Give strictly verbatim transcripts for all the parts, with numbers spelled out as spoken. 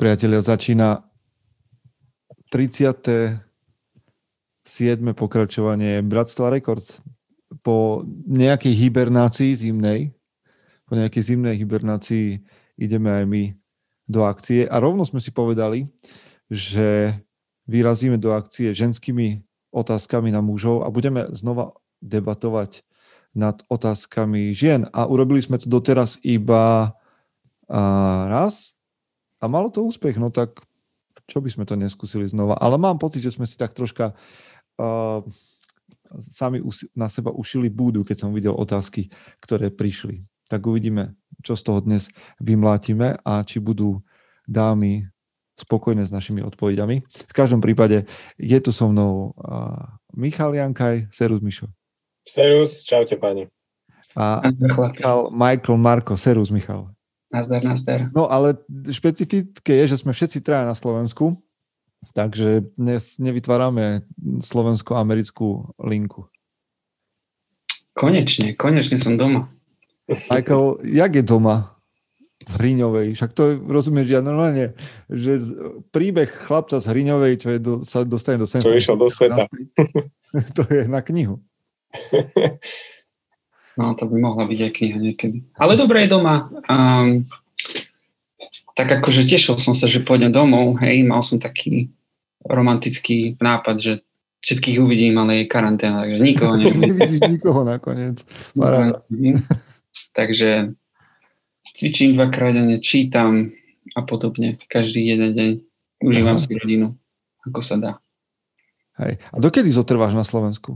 Priatelia, začína tridsiate siedme pokračovanie Bratstva Records. Po nejakej hibernácii zimnej, po nejakej zimnej hibernácii ideme aj my do akcie a rovno sme si povedali, že vyrazíme do akcie ženskými otázkami na mužov a budeme znova debatovať nad otázkami žien. A urobili sme to doteraz iba a, raz a malo to úspech, no tak čo by sme to neskúsili znova. Ale mám pocit, že sme si tak troška uh, sami na seba ušili búdu, keď som videl otázky, ktoré prišli. Tak uvidíme, čo z toho dnes vymlátime a či budú dámy spokojné s našimi odpovediami. V každom prípade je tu so mnou uh, Michal Jankaj. Serus, Mišo. Serus, čaute páni. A Michal, Michael Marko. Serus, Michal. Nazdar, nazdar. No ale špecifické je, že sme všetci traja na Slovensku, takže dnes nevytvárame slovensko-americkú linku. Konečne, konečne som doma. Michael, jak je doma v Hriňovej? Však to rozumieš, ja normálne, že príbeh chlapca z Hriňovej, čo je do, sa dostane do centra. Čo išiel do sveta. To je na knihu. No, to by mohla byť aj kniha niekedy. Ale dobre je doma. Um, tak akože tešil som sa, že pôjdem domov. Hej, mal som taký romantický nápad, že všetkých uvidím, ale je karanténa, takže nikoho nevidím. Nevidíš nikoho nakoniec. Takže cvičím dvakrát denne, čítam a podobne. Každý jeden deň užívam si rodinu, ako sa dá. Hej. A dokedy zotrváš na Slovensku?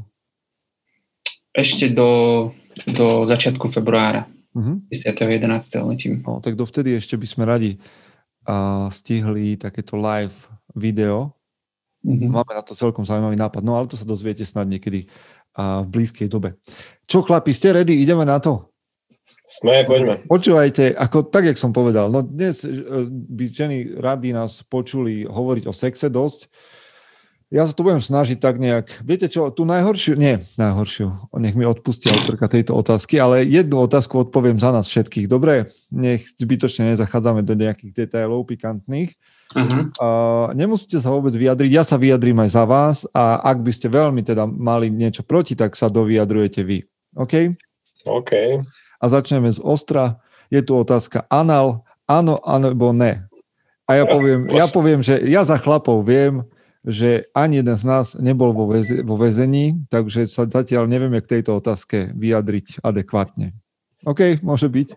Ešte do... do začiatku februára. Uh-huh. desiateho jedenásteho letím. No, tak dovtedy ešte by sme radi uh, stihli takéto live video. Uh-huh. Máme na to celkom zaujímavý nápad. No ale to sa dozviete snad niekedy uh, v blízkej dobe. Čo chlapi, ste ready? Ideme na to? Sme, poďme. Počúvajte, ako tak, jak som povedal. No dnes uh, by ženy radi nás počuli hovoriť o sexe dosť. Ja sa tu budem snažiť tak nejak, viete čo, tú najhoršiu, nie najhoršiu, nech mi odpustí autorka tejto otázky, ale jednu otázku odpoviem za nás všetkých. Dobre, nech zbytočne nezachádzame do nejakých detailov pikantných. Uh-huh. Uh, nemusíte sa vôbec vyjadriť, ja sa vyjadrím aj za vás a ak by ste veľmi teda mali niečo proti, tak sa dovyjadrujete vy. OK? OK. A začneme z ostra. Je tu otázka anal, áno, alebo ne. A ja poviem, ja poviem, že ja za chlapov viem, že ani jeden z nás nebol vo, väze, vo väzení, takže sa zatiaľ nevieme k tejto otázke vyjadriť adekvátne. OK, môže byť?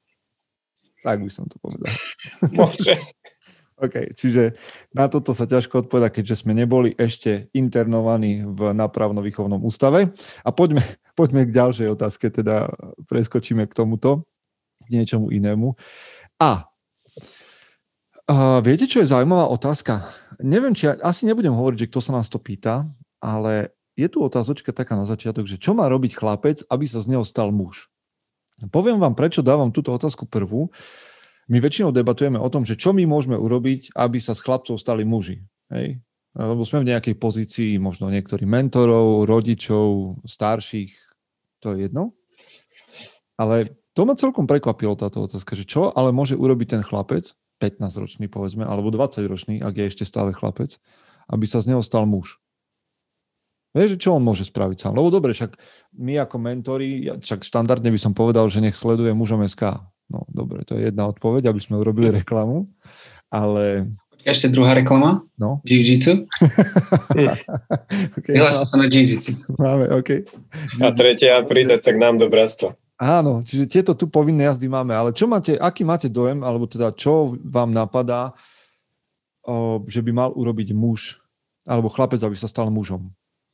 Tak by som to povedal. Môže. OK, čiže na toto sa ťažko odpoveda, keďže sme neboli ešte internovaní v nápravno-výchovnom ústave. A poďme, poďme k ďalšej otázke, teda preskočíme k tomuto, k niečomu inému. A Uh, viete, čo je zaujímavá otázka? Neviem, či ja, asi nebudem hovoriť, že kto sa nás to pýta, ale je tu otázočka taká na začiatok, že čo má robiť chlapec, aby sa z neho stal muž? Poviem vám, prečo dávam túto otázku prvú. My väčšinou debatujeme o tom, že čo my môžeme urobiť, aby sa z chlapcov stali muži. Hej? Lebo sme v nejakej pozícii možno niektorých mentorov, rodičov, starších, to je jedno. Ale to ma celkom prekvapilo táto otázka, že čo ale môže urobiť ten chlapec, pätnásťročný povedzme, alebo dvadsaťročný, ak je ešte stále chlapec, aby sa z neho stal muž. Vieš, čo on môže spraviť sám? Lebo dobre, však my ako mentori, však štandardne by som povedal, že nech sleduje mužom bodka es ká. No dobre, to je jedna odpoveď, aby sme urobili reklamu, ale... Ešte druhá reklama? No. Jiu-jitsu? Okay, Vyhlásil sa na Jiu-jitsu. Máme, OK. A tretia, pridať sa k nám do bratstva. Áno, čiže tieto tu povinné jazdy máme, ale čo máte, aký máte dojem, alebo teda čo vám napadá, o, že by mal urobiť muž, alebo chlapec, aby sa stal mužom?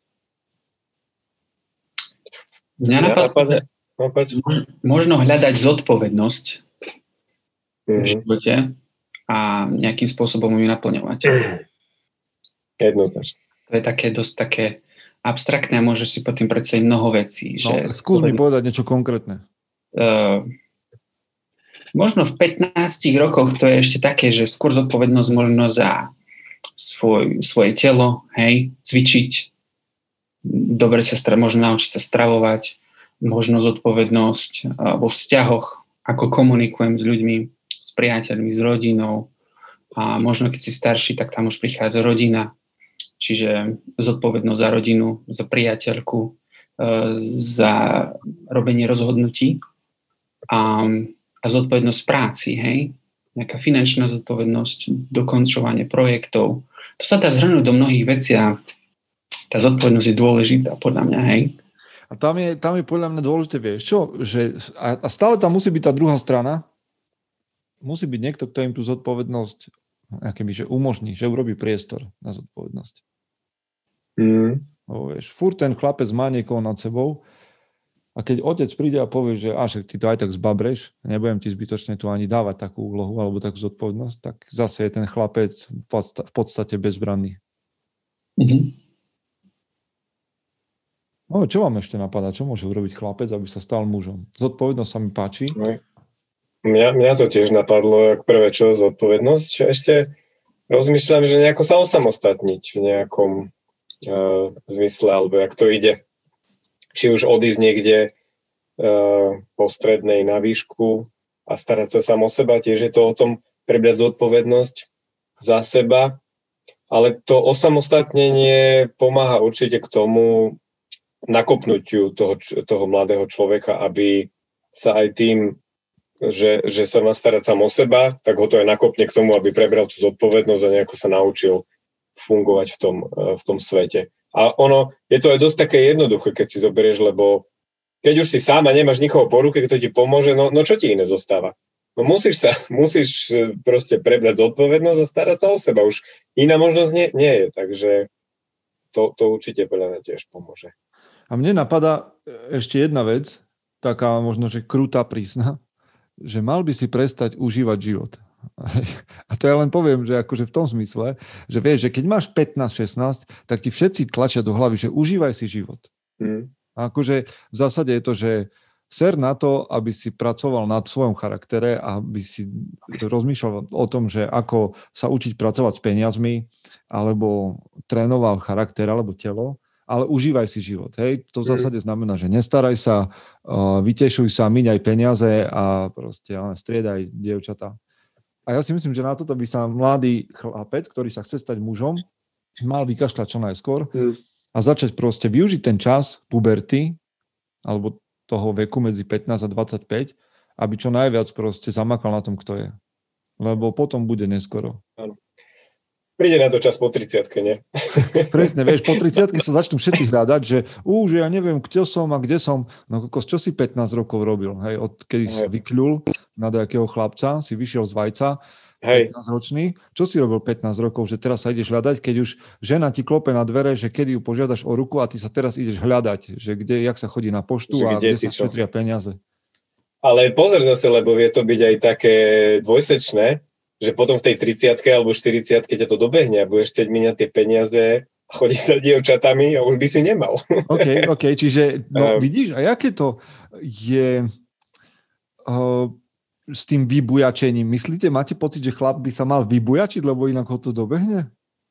Mňa napadá, možno hľadať zodpovednosť mm-hmm. v živote a nejakým spôsobom ju naplňovať. Jednoznačne. To je také dosť také abstraktné a môže si pod tým predstaviť mnoho vecí. No, že skús mi povedať niečo konkrétne. Uh, možno v pätnástich rokoch to je ešte také, že skôr zodpovednosť možno za svoj, svoje telo, hej, cvičiť, dobre sa stra- možno naučiť sa stravovať, možno zodpovednosť uh, vo vzťahoch, ako komunikujem s ľuďmi, s priateľmi, s rodinou, A možno keď si starší, tak tam už prichádza rodina. Čiže zodpovednosť za rodinu, za priateľku, za robenie rozhodnutí a, a zodpovednosť práci, hej? Nejaká finančná zodpovednosť, dokončovanie projektov. To sa dá zhrnúť do mnohých vecí a tá zodpovednosť je dôležitá podľa mňa, hej? A tam je, tam je podľa mňa dôležité, vieš čo, že a, a stále tam musí byť tá druhá strana, musí byť niekto, kto im tú zodpovednosť akéby, že umožní, že urobí priestor na zodpovednosť. Mm. No, vieš, furt ten chlapec má niekoho nad sebou a keď otec príde a povie, že až ty to aj tak zbabreš, nebudem ti zbytočne tu ani dávať takú úlohu alebo takú zodpovednosť, tak zase je ten chlapec v podstate bezbranný. Mhm. No, čo vám ešte napadá? Čo môže urobiť chlapec, aby sa stal mužom? Zodpovednosť sa mi páči. Mňa, mňa to tiež napadlo, ako prvé čo zodpovednosť. Čo ešte rozmýšľam, že nejako sa osamostatniť v nejakom uh, zmysle, alebo jak to ide. Či už odísť niekde uh, po strednej na výšku a starať sa sám o seba. Tiež je to o tom prebrať zodpovednosť za seba. Ale to osamostatnenie pomáha určite k tomu, nakopnutiu toho, toho mladého človeka, aby sa aj tým, že, že sa má starať sám o seba, tak ho to aj nakopne k tomu, aby prebral tú zodpovednosť a nejako sa naučil fungovať v tom, v tom svete. A ono, je to aj dosť také jednoduché, keď si zoberieš, lebo keď už si sám a nemáš nikoho po ruke, kto ti pomôže, no, no čo ti iné zostáva? No musíš sa, musíš proste prebrať zodpovednosť a starať sa o seba. Už iná možnosť nie, nie je, takže to, to určite podľa mňa tiež pomôže. A mne napadá ešte jedna vec, taká možno, že krutá prísna, že mal by si prestať užívať život. A to ja len poviem, že akože v tom zmysle, že vieš, že keď máš pätnásť šestnásť, tak ti všetci tlačia do hlavy, že užívaj si život. Mm. A akože v zásade je to, že ser na to, aby si pracoval na svojom charaktere a aby si rozmýšľal o tom, že ako sa učiť pracovať s peniazmi, alebo trénoval charakter alebo telo, ale užívaj si život. Hej? To v zásade znamená, že nestaraj sa, vytešuj sa, míňaj peniaze a proste striedaj dievčatá. A ja si myslím, že na toto by sa mladý chlapec, ktorý sa chce stať mužom, mal vykašľať čo najskôr a začať proste využiť ten čas puberty alebo toho veku medzi pätnásť a dvadsaťpäť, aby čo najviac proste zamakal na tom, kto je. Lebo potom bude neskoro. Áno. Príde na to čas po tridsiatke, nie? Presne, vieš, po tridsiatke sa začnú všetci hľadať, že ú, že ja neviem, kde som a kde som. No kokos, čo si pätnásť rokov robil? Hej, od kedy hej. sa vykľul na nejakého chlapca, si vyšiel z vajca, hej. pätnásťročný. Čo si robil pätnásť rokov, že teraz sa ideš hľadať, keď už žena ti klope na dvere, že kedy ju požiadaš o ruku a ty sa teraz ideš hľadať, že kde, jak sa chodí na poštu že a kde, kde sa šetria peniaze. Ale pozor zase, lebo vie to byť aj také dvojsečné, že potom v tej tridsiatke alebo štyridsiatke ťa to dobehne a budeš chcieť míňať tie peniaze a chodiť sa dievčatami a už by si nemal. OK, OK, čiže no, vidíš, a jaké to je uh, s tým vybujačením? Myslíte, máte pocit, že chlap by sa mal vybujačiť, lebo inak ho to dobehne?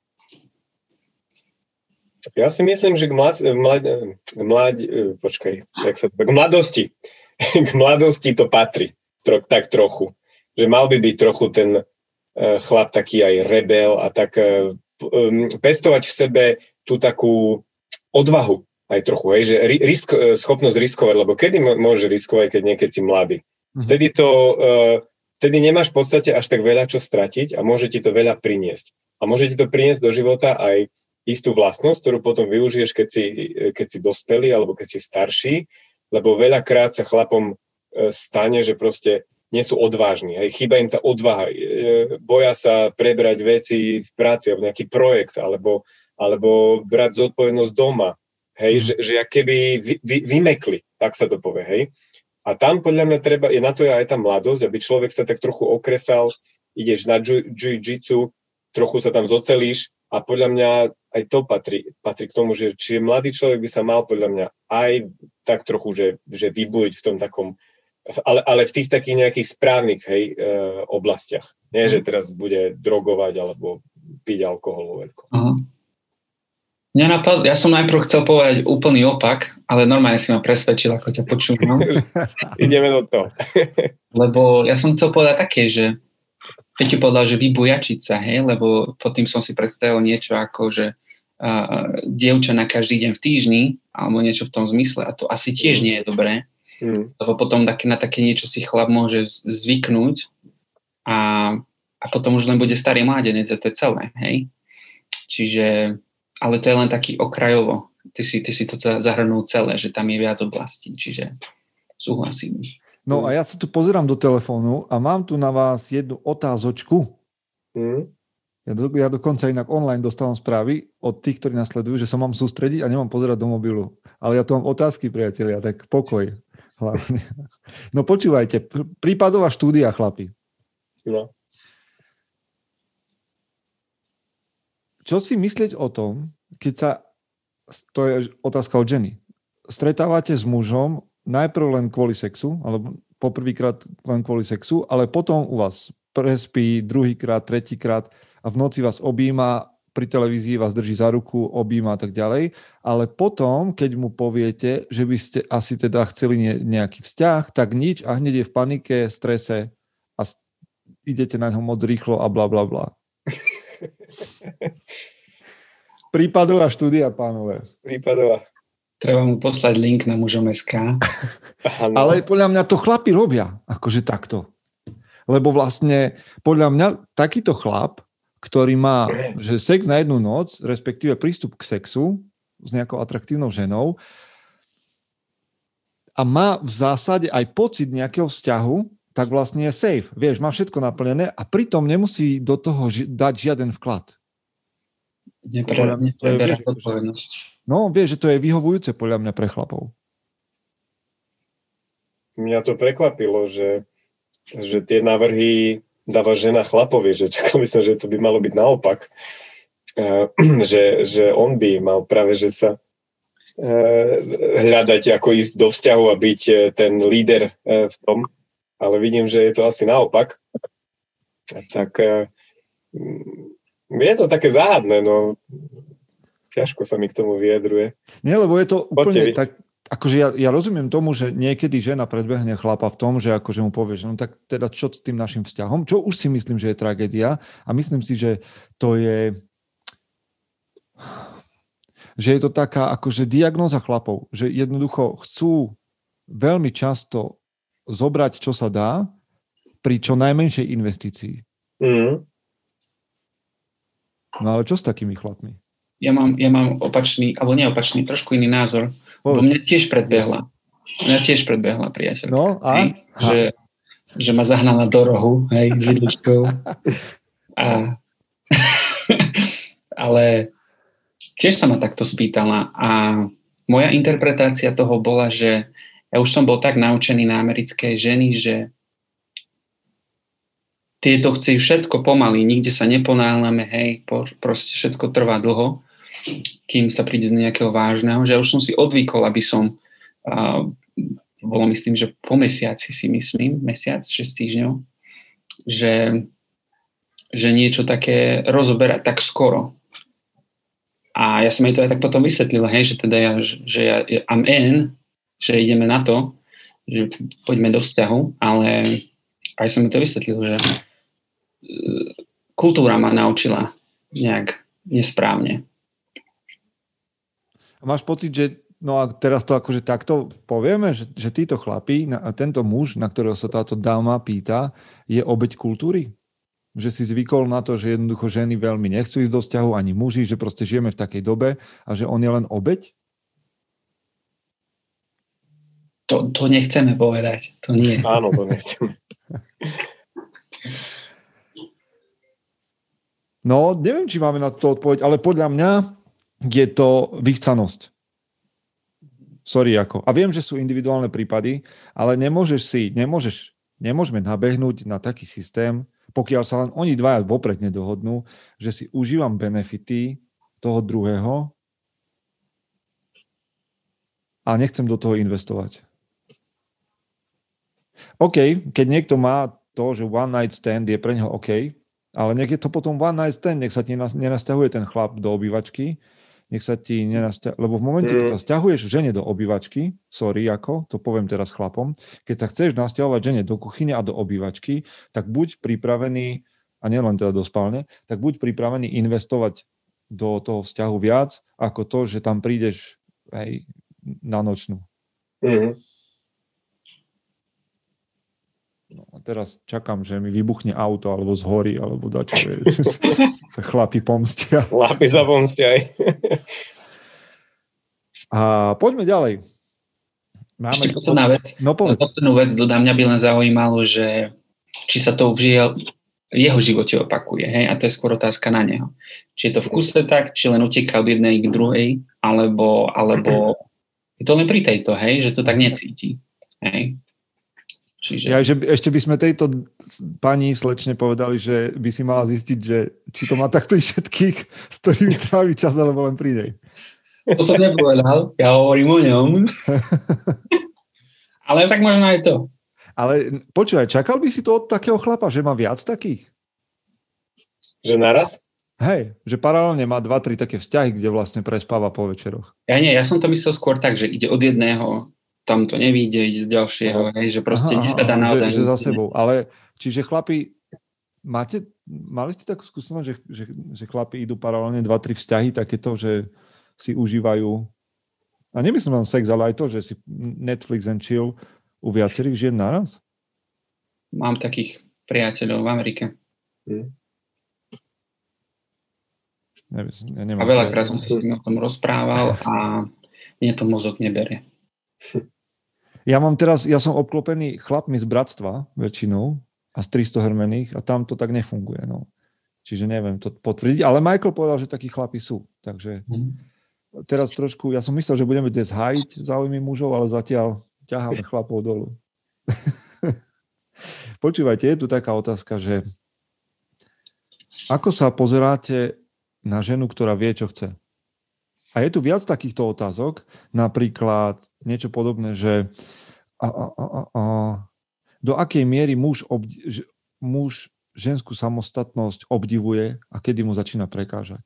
Ja si myslím, že k, mlad, mlad, mlad, počkaj, tak sa, k mladosti k mladosti to patrí tro, tak trochu. Že mal by byť trochu ten chlap taký aj rebel a tak um, pestovať v sebe tú takú odvahu aj trochu, hej, že risk, schopnosť riskovať, lebo kedy môžeš riskovať, keď niekedy si mladý. Vtedy to, uh, vtedy nemáš v podstate až tak veľa čo stratiť a môže ti to veľa priniesť. A môže ti to priniesť do života aj istú vlastnosť, ktorú potom využiješ, keď si, keď si dospelý alebo keď si starší, lebo veľakrát sa chlapom stane, že proste nie sú odvážni, hej, chýba im tá odvaha, boja sa prebrať veci v práci, alebo nejaký projekt, alebo, alebo brať zodpovednosť doma, hej, mm. že, že keby vy, vy, vymekli, tak sa to povie, hej. A tam podľa mňa treba, je na to aj tá mladosť, aby človek sa tak trochu okresal, ideš na jiu-jitsu, trochu sa tam zocelíš a podľa mňa aj to patrí, patrí k tomu, že čiže mladý človek by sa mal podľa mňa aj tak trochu, že, že vybujiť v tom takom Ale, ale v tých takých nejakých správnych hej, e, oblastiach. Nie, že teraz bude drogovať alebo piť alkohol. Uh-huh. Mňa napad, ja som najprv chcel povedať úplný opak, ale normálne si ma presvedčil, ako ťa počúvam. Ideme do toho. Lebo ja som chcel povedať také, že keď ti povedal, že vybujačiť sa, hej, lebo potom som si predstavil niečo ako, že uh, dievča na každý deň v týždni, alebo niečo v tom zmysle, a to asi tiež nie je dobré, mm. lebo potom také, na také niečo si chlap môže zvyknúť a, a potom už len bude starý mládenec, a to je celé, hej. Čiže, ale to je len taký okrajovo. Ty si, ty si to zahrnul celé, že tam je viac oblastí, čiže súhlasím. No a ja sa tu pozerám do telefónu a mám tu na vás jednu otázočku. Mm. Ja, do, ja dokonca inak online dostávam správy od tých, ktorí nasledujú, že sa mám sústrediť a nemám pozerať do mobilu. Ale ja tu mám otázky, priatelia, tak pokoj. Hlavne. No počúvajte, prípadová štúdia, chlapi. No. Čo si myslieť o tom, keď sa, to je otázka od ženy, stretávate s mužom najprv len kvôli sexu, alebo poprvýkrát len kvôli sexu, ale potom u vás prespí druhýkrát, tretíkrát a v noci vás objíma, pri televízii vás drží za ruku, objíma a tak ďalej, ale potom, keď mu poviete, že by ste asi teda chceli nejaký vzťah, tak nič a hneď je v panike, strese a idete na ňo moc rýchlo a bla bla bla. Prípadová štúdia, pánové. Prípadová. Treba mu poslať link na mužom bodka es ká. Ale podľa mňa to chlapi robia, akože takto. Lebo vlastne, podľa mňa, takýto chlap, ktorý má že sex na jednu noc, respektíve prístup k sexu s nejakou atraktívnou ženou a má v zásade aj pocit nejakého vzťahu, tak vlastne je safe. Vieš, má všetko naplnené a pritom nemusí do toho ži- dať žiaden vklad. Nepreberá odpovednosť. No, vieš, že to je vyhovujúce podľa mňa pre chlapov. Mňa to prekvapilo, že, že tie návrhy dáva žena chlapovi, že čakal by som, že to by malo byť naopak. Uh, že, že on by mal práve, že sa uh, hľadať, ako ísť do vzťahu a byť uh, ten líder uh, v tom. Ale vidím, že je to asi naopak. Tak uh, je to také záhadné, no ťažko sa mi k tomu vyjadruje. Nie, lebo je to úplne tak, akože ja, ja rozumiem tomu, že niekedy žena predbehne chlapa v tom, že akože mu povie, že no tak teda čo s tým našim vzťahom, čo už si myslím, že je tragédia a myslím si, že to je že je to taká akože diagnóza chlapov, že jednoducho chcú veľmi často zobrať, čo sa dá pri čo najmenšej investícii. Mm. No ale čo s takými chlapmi? Ja mám, ja mám opačný, alebo neopačný, trošku iný názor. Bo mňa tiež predbehla. Mňa tiež predbehla priateľka. No a? Hej, že, že ma zahnala do rohu, hej, s vidličkou. A, ale tiež sa ma takto spýtala a moja interpretácia toho bola, že ja už som bol tak naučený na americké ženy, že tieto chce všetko pomaly, nikde sa neponáhľame, hej, proste všetko trvá dlho, kým sa príde do nejakého vážneho, že ja už som si odvykol, aby som, uh, bolo myslím, že po mesiaci si myslím, mesiac, šesť týždňov, že, že niečo také rozoberať tak skoro. A ja som jej to aj tak potom vysvetlil, hej, že teda ja, že ja I'm in, že ideme na to, že poďme do vzťahu, ale aj som jej to vysvetlil, že kultúra ma naučila nejak nesprávne. A máš pocit, že no a teraz to akože takto povieme, že, že títo chlapí, a tento muž, na ktorého sa táto dáma pýta, je obeť kultúry? Že si zvykol na to, že jednoducho ženy veľmi nechcú ísť do vzťahu, ani muži, že proste žijeme v takej dobe a že on je len obeť? To, to nechceme povedať. To nie. Áno, to nechceme. No, neviem, či máme na to odpoveď, ale podľa mňa je to vychcanosť. Sorry, ako. A viem, že sú individuálne prípady, ale nemôžeš si, nemôžeš, nemôžeme nabehnúť na taký systém, pokiaľ sa len oni dvaja vopred nedohodnú, že si užívam benefity toho druhého a nechcem do toho investovať. OK, keď niekto má to, že one night stand je pre neho OK, ale nech je to potom one night stand, nech sa ti nenasťahuje ten chlap do obývačky, nech sa ti nenasťahuje, lebo v momente, keď sa sťahuješ žene do obývačky, sorry ako, to poviem teraz chlapom, keď sa chceš nasťahovať žene do kuchyne a do obývačky, tak buď pripravený a nielen teda do spálne, tak buď pripravený investovať do toho vzťahu viac, ako to, že tam prídeš hej, na nočnú. Mm-hmm. No a teraz čakám, že mi vybuchne auto, alebo zhorí, alebo dačo, sa chlapi pomstia. Chlapi sa pomstia aj. A poďme ďalej. Máme Ešte posledná vec. No povedz. Poslednú vec dodám, mňa by len zaujímalo, že či sa to v jeho živote opakuje, hej? A to je skôr otázka na neho. Či je to v kuse tak, či len uteká od jednej k druhej, alebo, alebo je to len pri tejto, hej? Že to tak necíti. Hej? Čiže... Ja, že ešte by sme tejto pani slečne povedali, že by si mala zistiť, že či to má takto i všetkých, s ktorými trávi čas, alebo len pri nej. To som nepovedal, ja hovorím o ňom. Ale tak možno aj to. Ale počúvaj, čakal by si to od takého chlapa, že má viac takých? Že naraz? Hej, že paralelne má dva, tri také vzťahy, kde vlastne prespáva po večeroch. Ja nie, ja som to myslel skôr tak, že ide od jedného, tam to nevíde, ide do ďalšieho, hej, že proste nedá naozaj. Že, že za sebou. Ale čiže chlapi, máte, mali ste takú skúsenosť, že, že, že chlapi idú paralelne dva, tri vzťahy, takéto, že si užívajú, a nemyslím len sex, ale aj to, že si Netflix and chill u viacerých žien naraz? Mám takých priateľov v Amerike. Hmm. Ja, ja a veľakrát som sa s nimi o tom rozprával a mne to mozog nebere. Ja mám teraz, ja som obklopený chlapmi z bratstva väčšinou a z tristo hrmených a tam to tak nefunguje. No. Čiže neviem to potvrdiť, ale Michael povedal, že takí chlapi sú. Takže hmm. teraz trošku, ja som myslel, že budeme dnes hájiť záujmy mužov, ale zatiaľ ťaháme chlapov dolu. Počúvajte, je tu taká otázka, že ako sa pozeráte na ženu, ktorá vie, čo chce? A je tu viac takýchto otázok, napríklad niečo podobné, že a, a, a, a, do akej miery muž, obdi- muž ženskú samostatnosť obdivuje a kedy mu začína prekážať.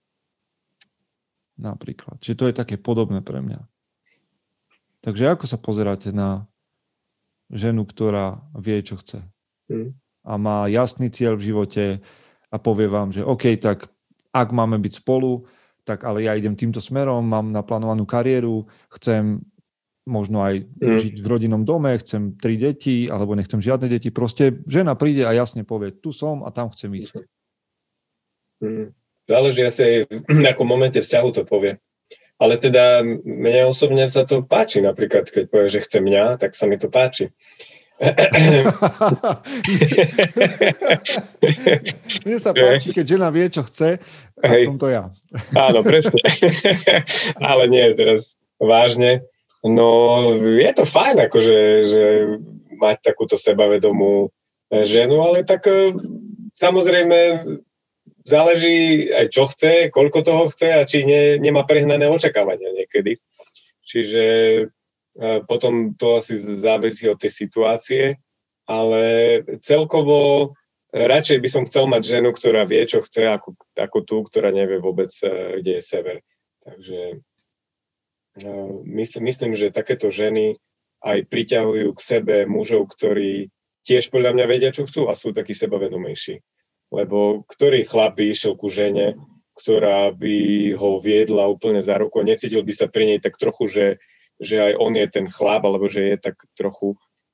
Napríklad. Čiže to je také podobné pre mňa. Takže ako sa pozeráte na ženu, ktorá vie, čo chce? Hmm. A má jasný cieľ v živote a povie vám, že OK, tak ak máme byť spolu, tak ale ja idem týmto smerom, mám naplánovanú kariéru, chcem možno aj hmm. žiť v rodinnom dome, chcem tri deti, alebo nechcem žiadne deti. Proste žena príde a jasne povie, tu som a tam chcem ísť. Hmm. Záleží asi v nejakom momente vzťahu to povie. Ale teda mne osobne sa to páči, napríklad, keď povie, že chce mňa, tak sa mi to páči. Mne sa páči, keď žena vie, čo chce, tak Hej. som to ja. Áno, presne. Ale nie, teraz vážne. No, je to fajn, akože, že mať takúto sebavedomú ženu, ale tak samozrejme záleží aj čo chce, koľko toho chce a či ne, nemá prehnané očakávania niekedy. Čiže potom to asi závisí od tej situácie, ale celkovo radšej by som chcel mať ženu, ktorá vie, čo chce, ako, ako tú, ktorá nevie vôbec, kde je sever. Takže myslím, myslím, že takéto ženy aj priťahujú k sebe mužov, ktorí tiež podľa mňa vedia, čo chcú a sú takí sebavedomejší. Lebo ktorý chlap by išiel ku žene, ktorá by ho viedla úplne za ruku a necítil by sa pri nej tak trochu, že, že aj on je ten chlap, alebo že je tak trochu.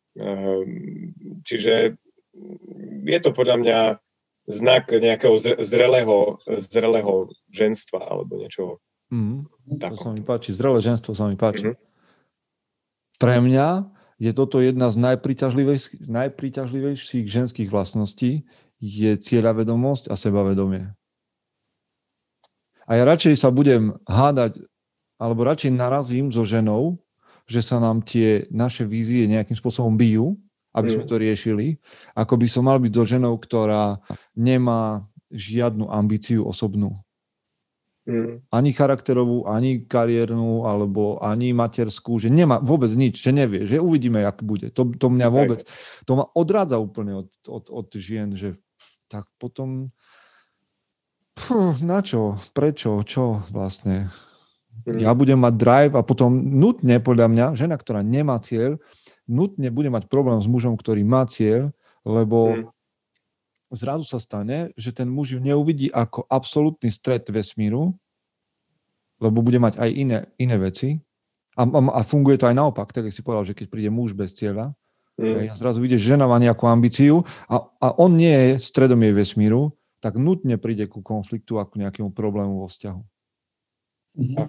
Čiže je to podľa mňa znak nejakého zrelého, zrelého ženstva alebo niečoho. Mm, to sa mi páči. Zrelé ženstvo sa mi páči. Mm-hmm. Pre mňa je toto jedna z najpríťažlivejších, najpríťažlivejších ženských vlastností, je cieľavedomosť a sebavedomie. A ja radšej sa budem hádať, alebo radšej narazím so ženou, že sa nám tie naše vízie nejakým spôsobom bijú, aby sme to riešili, ako by som mal byť so ženou, ktorá nemá žiadnu ambíciu osobnú. Mm. Ani charakterovú, ani kariérnu, alebo ani materskú, že nemá vôbec nič, že nevie, že uvidíme, jak bude. To, to mňa vôbec, to ma odrádza úplne od, od, od žien, že tak potom pú, na čo, prečo, čo vlastne. Mm. Ja budem mať drive a potom nutne, podľa mňa, žena, ktorá nemá cieľ, nutne bude mať problém s mužom, ktorý má cieľ, lebo, mm. zrazu sa stane, že ten muž ju neuvidí ako absolútny stred vesmíru, lebo bude mať aj iné, iné veci. A, a funguje to aj naopak, tak si povedal, že keď príde muž bez cieľa, mm. a zrazu vidíš, že žena má nejakú ambíciu a, a on nie je stredom jej vesmíru, tak nutne príde ku konfliktu a ku nejakému problému vo vzťahu. Mm.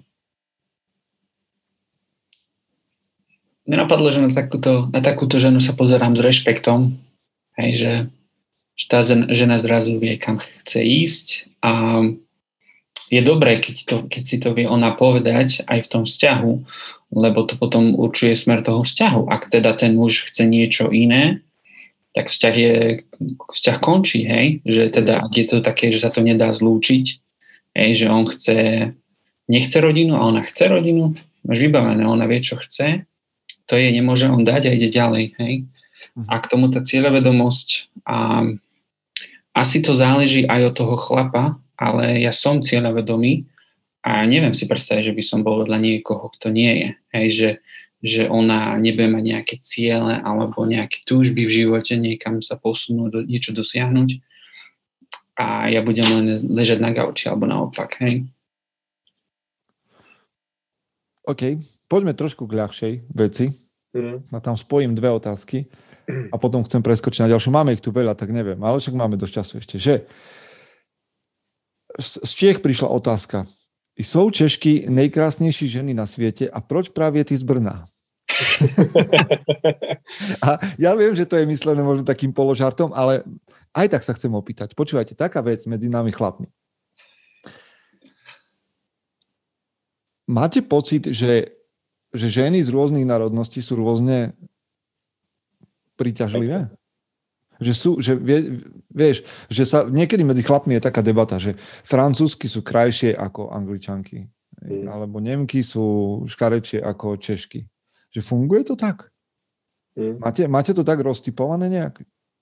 Mňa napadlo, že na takúto, na takúto ženu sa pozerám s rešpektom, hej, že, že tá žena zrazu vie, kam chce ísť a je dobré, keď, to, keď si to vie ona povedať aj v tom vzťahu, lebo to potom určuje smer toho vzťahu. Ak teda ten muž chce niečo iné, tak vzťah, je, vzťah končí, hej? Že teda, ak je to také, že sa to nedá zlúčiť, hej? Že on chce, nechce rodinu a ona chce rodinu, máš vybavené, ona vie, čo chce, to je nemôže on dať a ide ďalej, hej? A k tomu tá cieľavedomosť, a asi to záleží aj od toho chlapa, ale ja som cieľavedomý a neviem si predstaviť, že by som bol vedľa niekoho, kto nie je. Hej, že, že ona nebude mať nejaké ciele alebo nejaké túžby v živote, niekam sa posunúť, niečo dosiahnuť a ja budem len ležať na gauči alebo naopak. Hej. OK, poďme trošku k ľahšej veci. Mm. A tam spojím dve otázky a potom chcem preskočiť na ďalšiu. Máme ich tu veľa, tak neviem, ale však máme dosť času ešte. Že z Čiech prišla otázka. Sú Češky nejkrásnejší ženy na svete a proč práve ty z Brna? A ja viem, že to je myslené možno takým položartom, ale aj tak sa chcem opýtať. Počúvajte, taká vec medzi nami chlapmi. Máte pocit, že, že ženy z rôznych národností sú rôzne príťažlivé? Že sú, že vie, vieš, že sa niekedy medzi chlapmi je taká debata, že francúzsky sú krajšie ako Angličanky, mm. alebo Nemky sú škarečie ako Češky. Že funguje to tak? Mm. Máte, máte to tak roztypované nejak?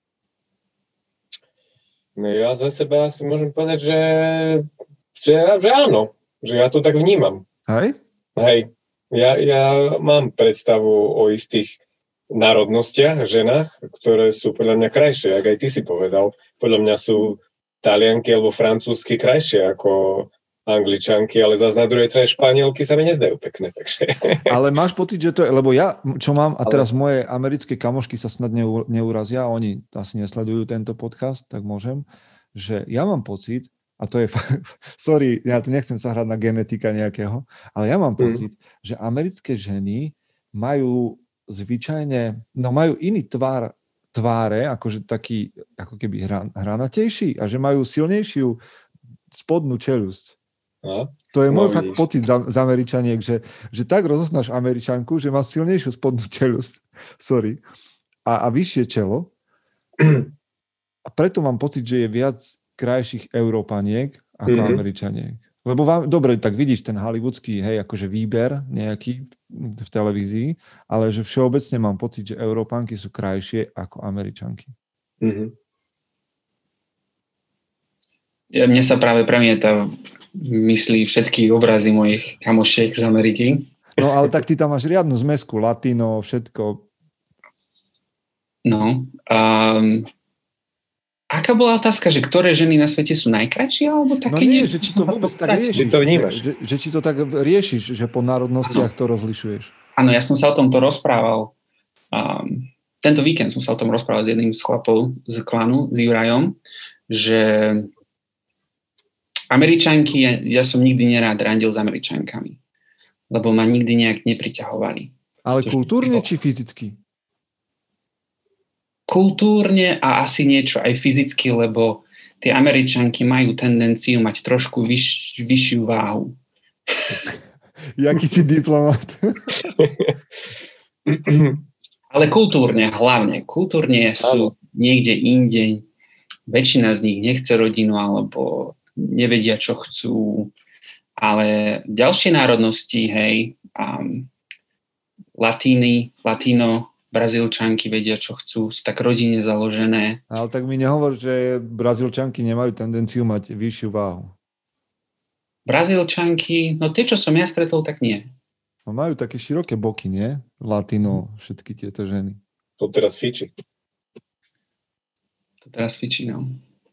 No ja za seba si môžem povedať, že, že, že áno, že ja to tak vnímam. Hej? Hej. Ja, ja mám predstavu o istých národnostiach, ženách, ktoré sú podľa mňa krajšie, ak aj ty si povedal. Podľa mňa sú Talianky alebo Francúzsky krajšie ako Angličanky, ale zase na druhej strane Španielky sa mi nezdajú pekné. Takže. Ale máš pocit, že to je, lebo ja, čo mám, a teraz ale... moje americké kamošky sa snad neurazia, oni asi nesledujú tento podcast, tak môžem, že ja mám pocit, a to je, sorry, ja tu nechcem sa hrať na genetika nejakého, ale ja mám pocit, mm. že americké ženy majú zvyčajne, no majú iný tvár tváre, akože taký, ako keby hran, hranatejší a že majú silnejšiu spodnú čelusť. No, to je môj no, fakt pocit z, z Američaniek, že, že tak rozoznáš Američanku, že má silnejšiu spodnú čelusť. Sorry. A, a vyššie čelo. A preto mám pocit, že je viac krajších Európaniek ako mm-hmm. Američaniek. Lebo vám, dobre, tak vidíš ten hollywoodský, hej, akože výber nejaký v televízii, ale že všeobecne mám pocit, že Európanky sú krajšie ako Američanky. Mm-hmm. Ja, mne sa práve premieta myslí všetky obrazy mojich kamošiek z Ameriky. No, ale tak ty tam máš riadnu zmesku, latino, všetko. No, um, aká bola otázka, že ktoré ženy na svete sú najkrajšie? Alebo také no nie, nie, že či to vôbec tak riešiš. Že to vnímaš. Že, že či to tak riešiš, že po národnostiach to rozlišuješ. Áno, ja som sa o tomto rozprával. Um, tento víkend som sa o tom rozprával s jedným z chlapov z klanu, s Jurajom, že Američanky, ja, ja som nikdy nerád randil s Američankami, lebo ma nikdy nejak nepriťahovali. Ale to, kultúrne či fyzicky? Kultúrne a asi niečo aj fyzicky, lebo tie Američanky majú tendenciu mať trošku vyš, vyššiu váhu. Jaký si diplomat. Ale kultúrne hlavne. Kultúrne sú ano. Niekde inde. Väčšina z nich nechce rodinu alebo nevedia, čo chcú. Ale ďalšie národnosti, hej, um, Latíny, Latino, Brazílčanky vedia, čo chcú, sú tak rodine založené. Ale tak mi nehovor, že Brazílčanky nemajú tendenciu mať vyššiu váhu. Brazílčanky, no tie, čo som ja stretol, tak nie. No majú také široké boky, nie? Latino, všetky tieto ženy. To teraz fičí. To teraz fičí, no.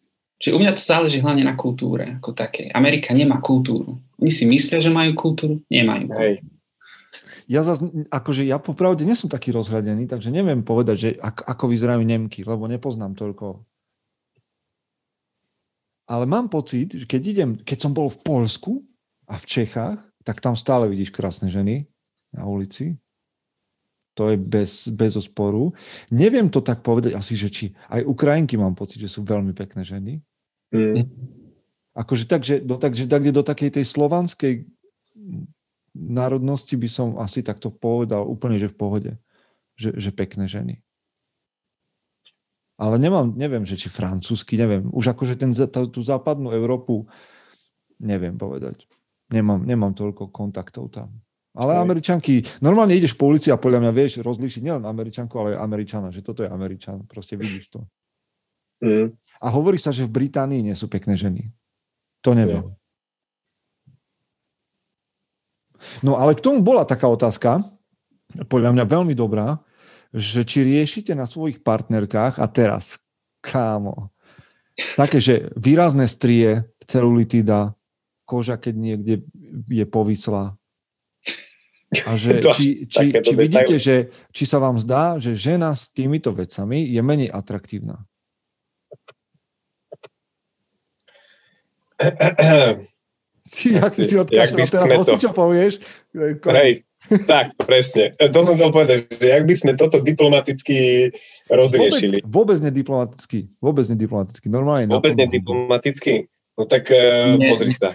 Čiže u mňa to záleží hlavne na kultúre ako také. Amerika nemá kultúru. Oni si myslia, že majú kultúru, nemajú. Hej. Ja zase, akože ja popravde nie som taký rozhľadený, takže neviem povedať, že ako, ako vyzerajú Nemky, lebo nepoznám toľko. Ale mám pocit, že keď idem, keď som bol v Poľsku a v Čechách, tak tam stále vidíš krásne ženy na ulici. To je bez, bez osporu. Neviem to tak povedať asi, že či aj Ukrajinky mám pocit, že sú veľmi pekné ženy. Mm. Akože tak, že do, takže tak, do takej tej slovanskej národnosti by som asi takto povedal úplne, že v pohode. Že, že pekné ženy. Ale nemám, neviem, že či francúzsky, neviem. Už akože ten, tú západnú Európu neviem povedať. Nemám, nemám toľko kontaktov tam. Ale Američanky, normálne ideš po ulici a podľa mňa vieš rozlíšiť nielen Američanku, ale aj Američana, že toto je Američan. Proste vidíš to. Mm. A hovorí sa, že v Británii nie sú pekné ženy. To neviem. No ale k tomu bola taká otázka, podľa mňa veľmi dobrá, že či riešite na svojich partnerkách, a teraz, kámo, také, že výrazné strie, celulitída, koža, keď niekde je povyslá. A že či, či, či vidíte, že či sa vám zdá, že žena s týmito vecami je menej atraktívna. Jak si si odkašľal teraz, hoci čo povieš. Hej, tak, presne. To som chcel povedať, že jak by sme toto diplomaticky rozriešili. Vôbec, vôbec nediplomaticky. Vôbec nediplomaticky. Normálne. Vôbec nediplomaticky? No tak uh, pozri sa.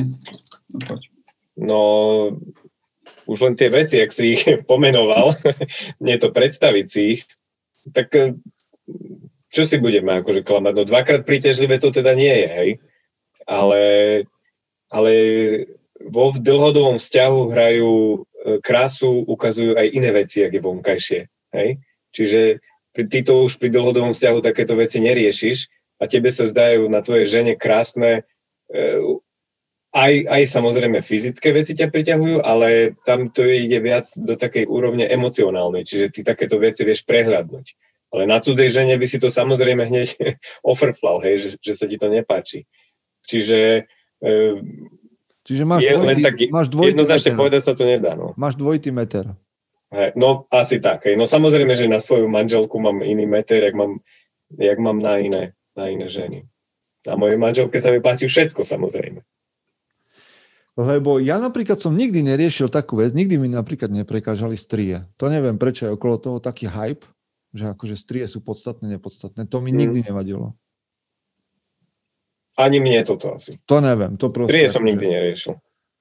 No, už len tie veci, ak si ich pomenoval, nie to predstaviť si ich, tak čo si budeme akože klamať? No dvakrát príťažlivé to teda nie je, hej? Ale, ale vo dlhodobom vzťahu hrajú krásu, ukazujú aj iné veci, ak je vonkajšie, hej? Čiže ty to už pri dlhodobom vzťahu takéto veci neriešiš a tebe sa zdajú na tvojej žene krásne. Aj, aj samozrejme fyzické veci ťa priťahujú, ale tam to ide viac do takej úrovne emocionálnej, čiže ty takéto veci vieš prehľadnúť. Ale na cudzej žene by si to samozrejme hneď ofrflal, hej, že, že sa ti to nepáči. Čiže, čiže máš, je, dvojitý, len tak máš dvojitý jednoznačne meter. povedať sa to nedá. No. Máš dvojitý meter. Hej, no asi tak. Hej. No samozrejme, že na svoju manželku mám iný meter, jak mám, jak mám na, iné, na iné ženy. Na mojej manželke sa mi páči všetko, samozrejme. Lebo ja napríklad som nikdy neriešil takú vec, nikdy mi napríklad neprekážali strie. To neviem, prečo je okolo toho taký hype, že akože strie sú podstatné, nepodstatné. To mi mm. nikdy nevadilo. Ani mne toto asi. To neviem. To proste, strie som nikdy neriešil.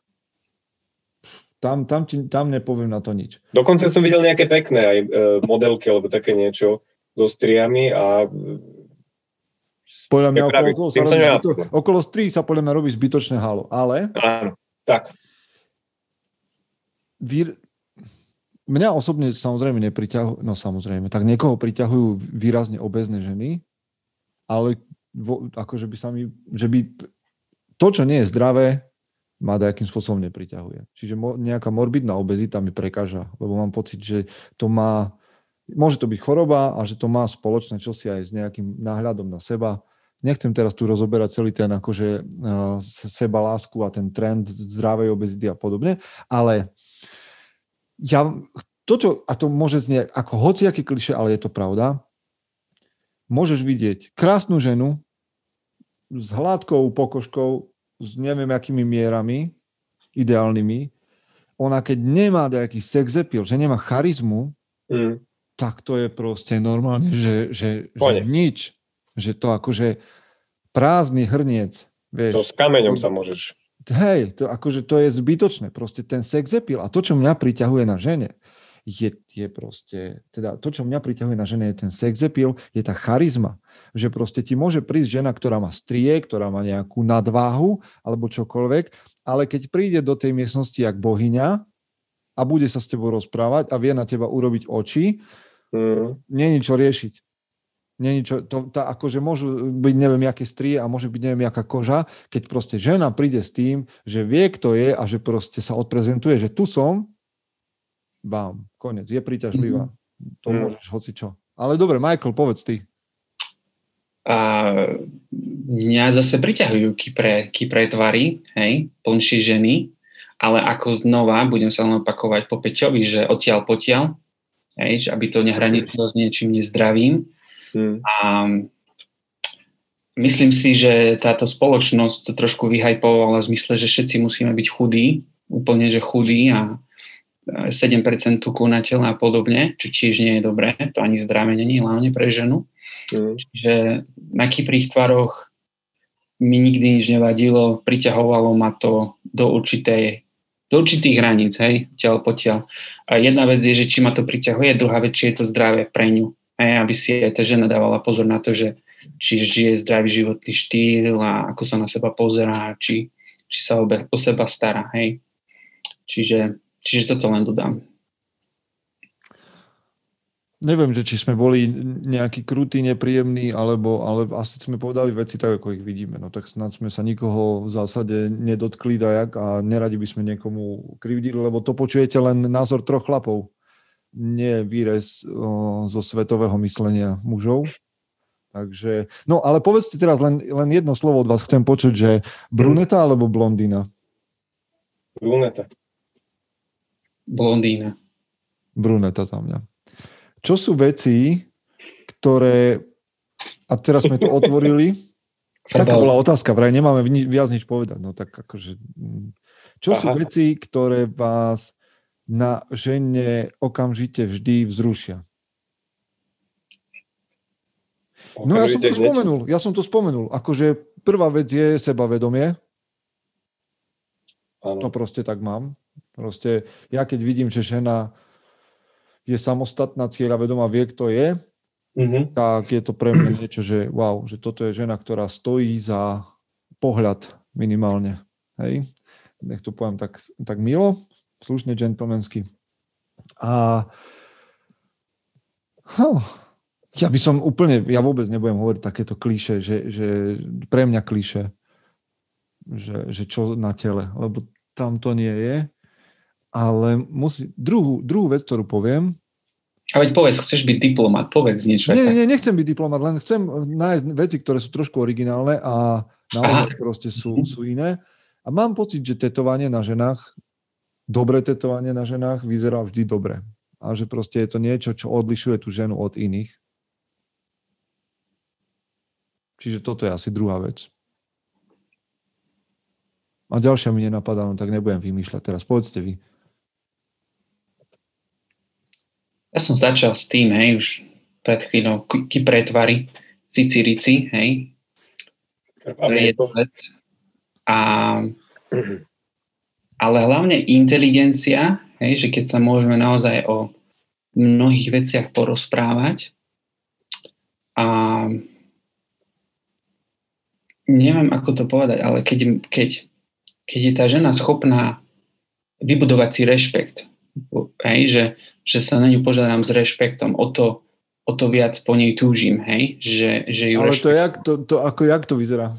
Tam, tam, ti, tam nepoviem na to nič. Dokonca som videl nejaké pekné aj e, modelky, alebo také niečo so striami a podľa mňa okolo, toho sa robí zbyto, okolo strí sa podľa mňa robí zbytočné halo. Ale áno. Tak. Výr... Mňa osobne samozrejme nepriťahujú, no samozrejme, tak niekoho priťahujú výrazne obézne ženy, ale vo, akože by sa mi, že by to, čo nie je zdravé, ma nejakým spôsobom nepriťahuje. Čiže mo, nejaká morbidná obezita mi prekáža, lebo mám pocit, že to má, môže to byť choroba a že to má spoločné čosi aj s nejakým náhľadom na seba. Nechcem teraz tu rozoberať celý ten akože uh, seba lásku a ten trend zdravej obezity a podobne, ale ja, to čo, a to môže znieť ako hociaké klišé, ale je to pravda, môžeš vidieť krásnu ženu s hladkou pokožkou, s neviem akými mierami ideálnymi, ona keď nemá nejaký sex appeal, že nemá charizmu, mm. tak to je proste normálne, že, že, že nič. Že to akože prázdny hrniec, vieš. To s kameňom to, sa môžeš. Hej, to akože to je zbytočné. Proste ten sex appeal a to, čo mňa priťahuje na žene, je, je proste, teda to, čo mňa priťahuje na žene, je ten sex appeal, je tá charizma. Že proste ti môže prísť žena, ktorá má strie, ktorá má nejakú nadváhu, alebo čokoľvek, ale keď príde do tej miestnosti jak bohyňa a bude sa s tebou rozprávať a vie na teba urobiť oči, mm. nie je čo riešiť. Nie niečo, to, tá, akože môžu byť neviem aké strie a môže byť neviem aká koža, keď proste žena príde s tým, že vie, kto je a že proste sa odprezentuje, že tu som, bám, koniec, je príťažlivá. Mm-hmm. To mm. môžeš hocičo. Ale dobre, Michael, povedz ty. A mňa zase priťahujú kypré, kypré tvary, hej, plnšie ženy, ale ako znova, budem sa len opakovať po Peťovi, že odtiaľ potiaľ, hej, že aby to nehranilo s niečím nezdravým. Hmm. A myslím si, že táto spoločnosť to trošku vyhajpovala v zmysle, že všetci musíme byť chudí, úplne, že chudí a sedem percent tuku na tela a podobne, čo tiež nie je dobré, to ani zdravé není, hlavne pre ženu. Mm. Čiže na kyprých tvaroch mi nikdy nič nevadilo, priťahovalo ma to do určitej, do určitých hraníc, hej, tiaľ potiaľ. A jedna vec je, že či ma to priťahuje, druhá vec, či je to zdravé pre ňu. Hej, aby si aj tá žena dávala pozor na to, že či žije zdravý životný štýl a ako sa na seba pozerá, či, či sa obe, o seba stará, hej. Čiže, čiže toto len dodám. Neviem, že či sme boli nejaký krutý, nepríjemný, alebo, ale asi sme povedali veci tak, ako ich vidíme. No tak snad sme sa nikoho v zásade nedotkli dajak a neradi by sme niekomu krivdili, lebo to počujete len názor troch chlapov. Nie výrez o, zo svetového myslenia mužov. Takže, no ale povedzte teraz len, len jedno slovo od vás chcem počuť, že bruneta alebo blondína? Bruneta. Blondína. Bruneta za mňa. Čo sú veci, ktoré, a teraz sme to otvorili, taká bola otázka, vraj nemáme viac nič povedať, no tak akože, čo Aha. sú veci, ktoré vás na žene okamžite vždy vzrušia? No ja som to spomenul, ja som to spomenul, akože prvá vec je sebavedomie, ano. To proste tak mám, proste ja keď vidím, že žena je samostatná, cieľavedomá, vie, kto je, mm-hmm. tak je to pre mňa niečo, že wow, že toto je žena, ktorá stojí za pohľad minimálne. Hej? Nech to poviem tak, tak milo, slušne, džentlmensky. A huh, ja by som úplne, ja vôbec nebudem hovoriť takéto klíše, že, že pre mňa klíše, že, že čo na tele, lebo tam to nie je. Ale musí, druhú, druhú vec, ktorú poviem... A veď povedz, chceš byť diplomat, povedz niečo. Nie, nie, nechcem byť diplomat, len chcem nájsť veci, ktoré sú trošku originálne a naozaj proste sú, sú iné. A mám pocit, že tetovanie na ženách, dobré tetovanie na ženách vyzerá vždy dobre. A že proste je to niečo, čo odlišuje tú ženu od iných. Čiže toto je asi druhá vec. A ďalšia mi nenapadá, no tak nebudem vymýšľať teraz. Povedzte vy. Ja som začal s tým, hej, už pred chvíľou, kypré tvary, cicirici, hej. To je jedna vec. A, ale hlavne inteligencia, hej, že keď sa môžeme naozaj o mnohých veciach porozprávať a neviem, ako to povedať, ale keď, keď, keď je tá žena schopná vybudovať si rešpekt, hej, že, že sa na ňu požiadam s rešpektom, o to, o to viac po nej túžim, hej, že, že ju ale rešpekt... to, jak, to, to, ako, jak to vyzerá?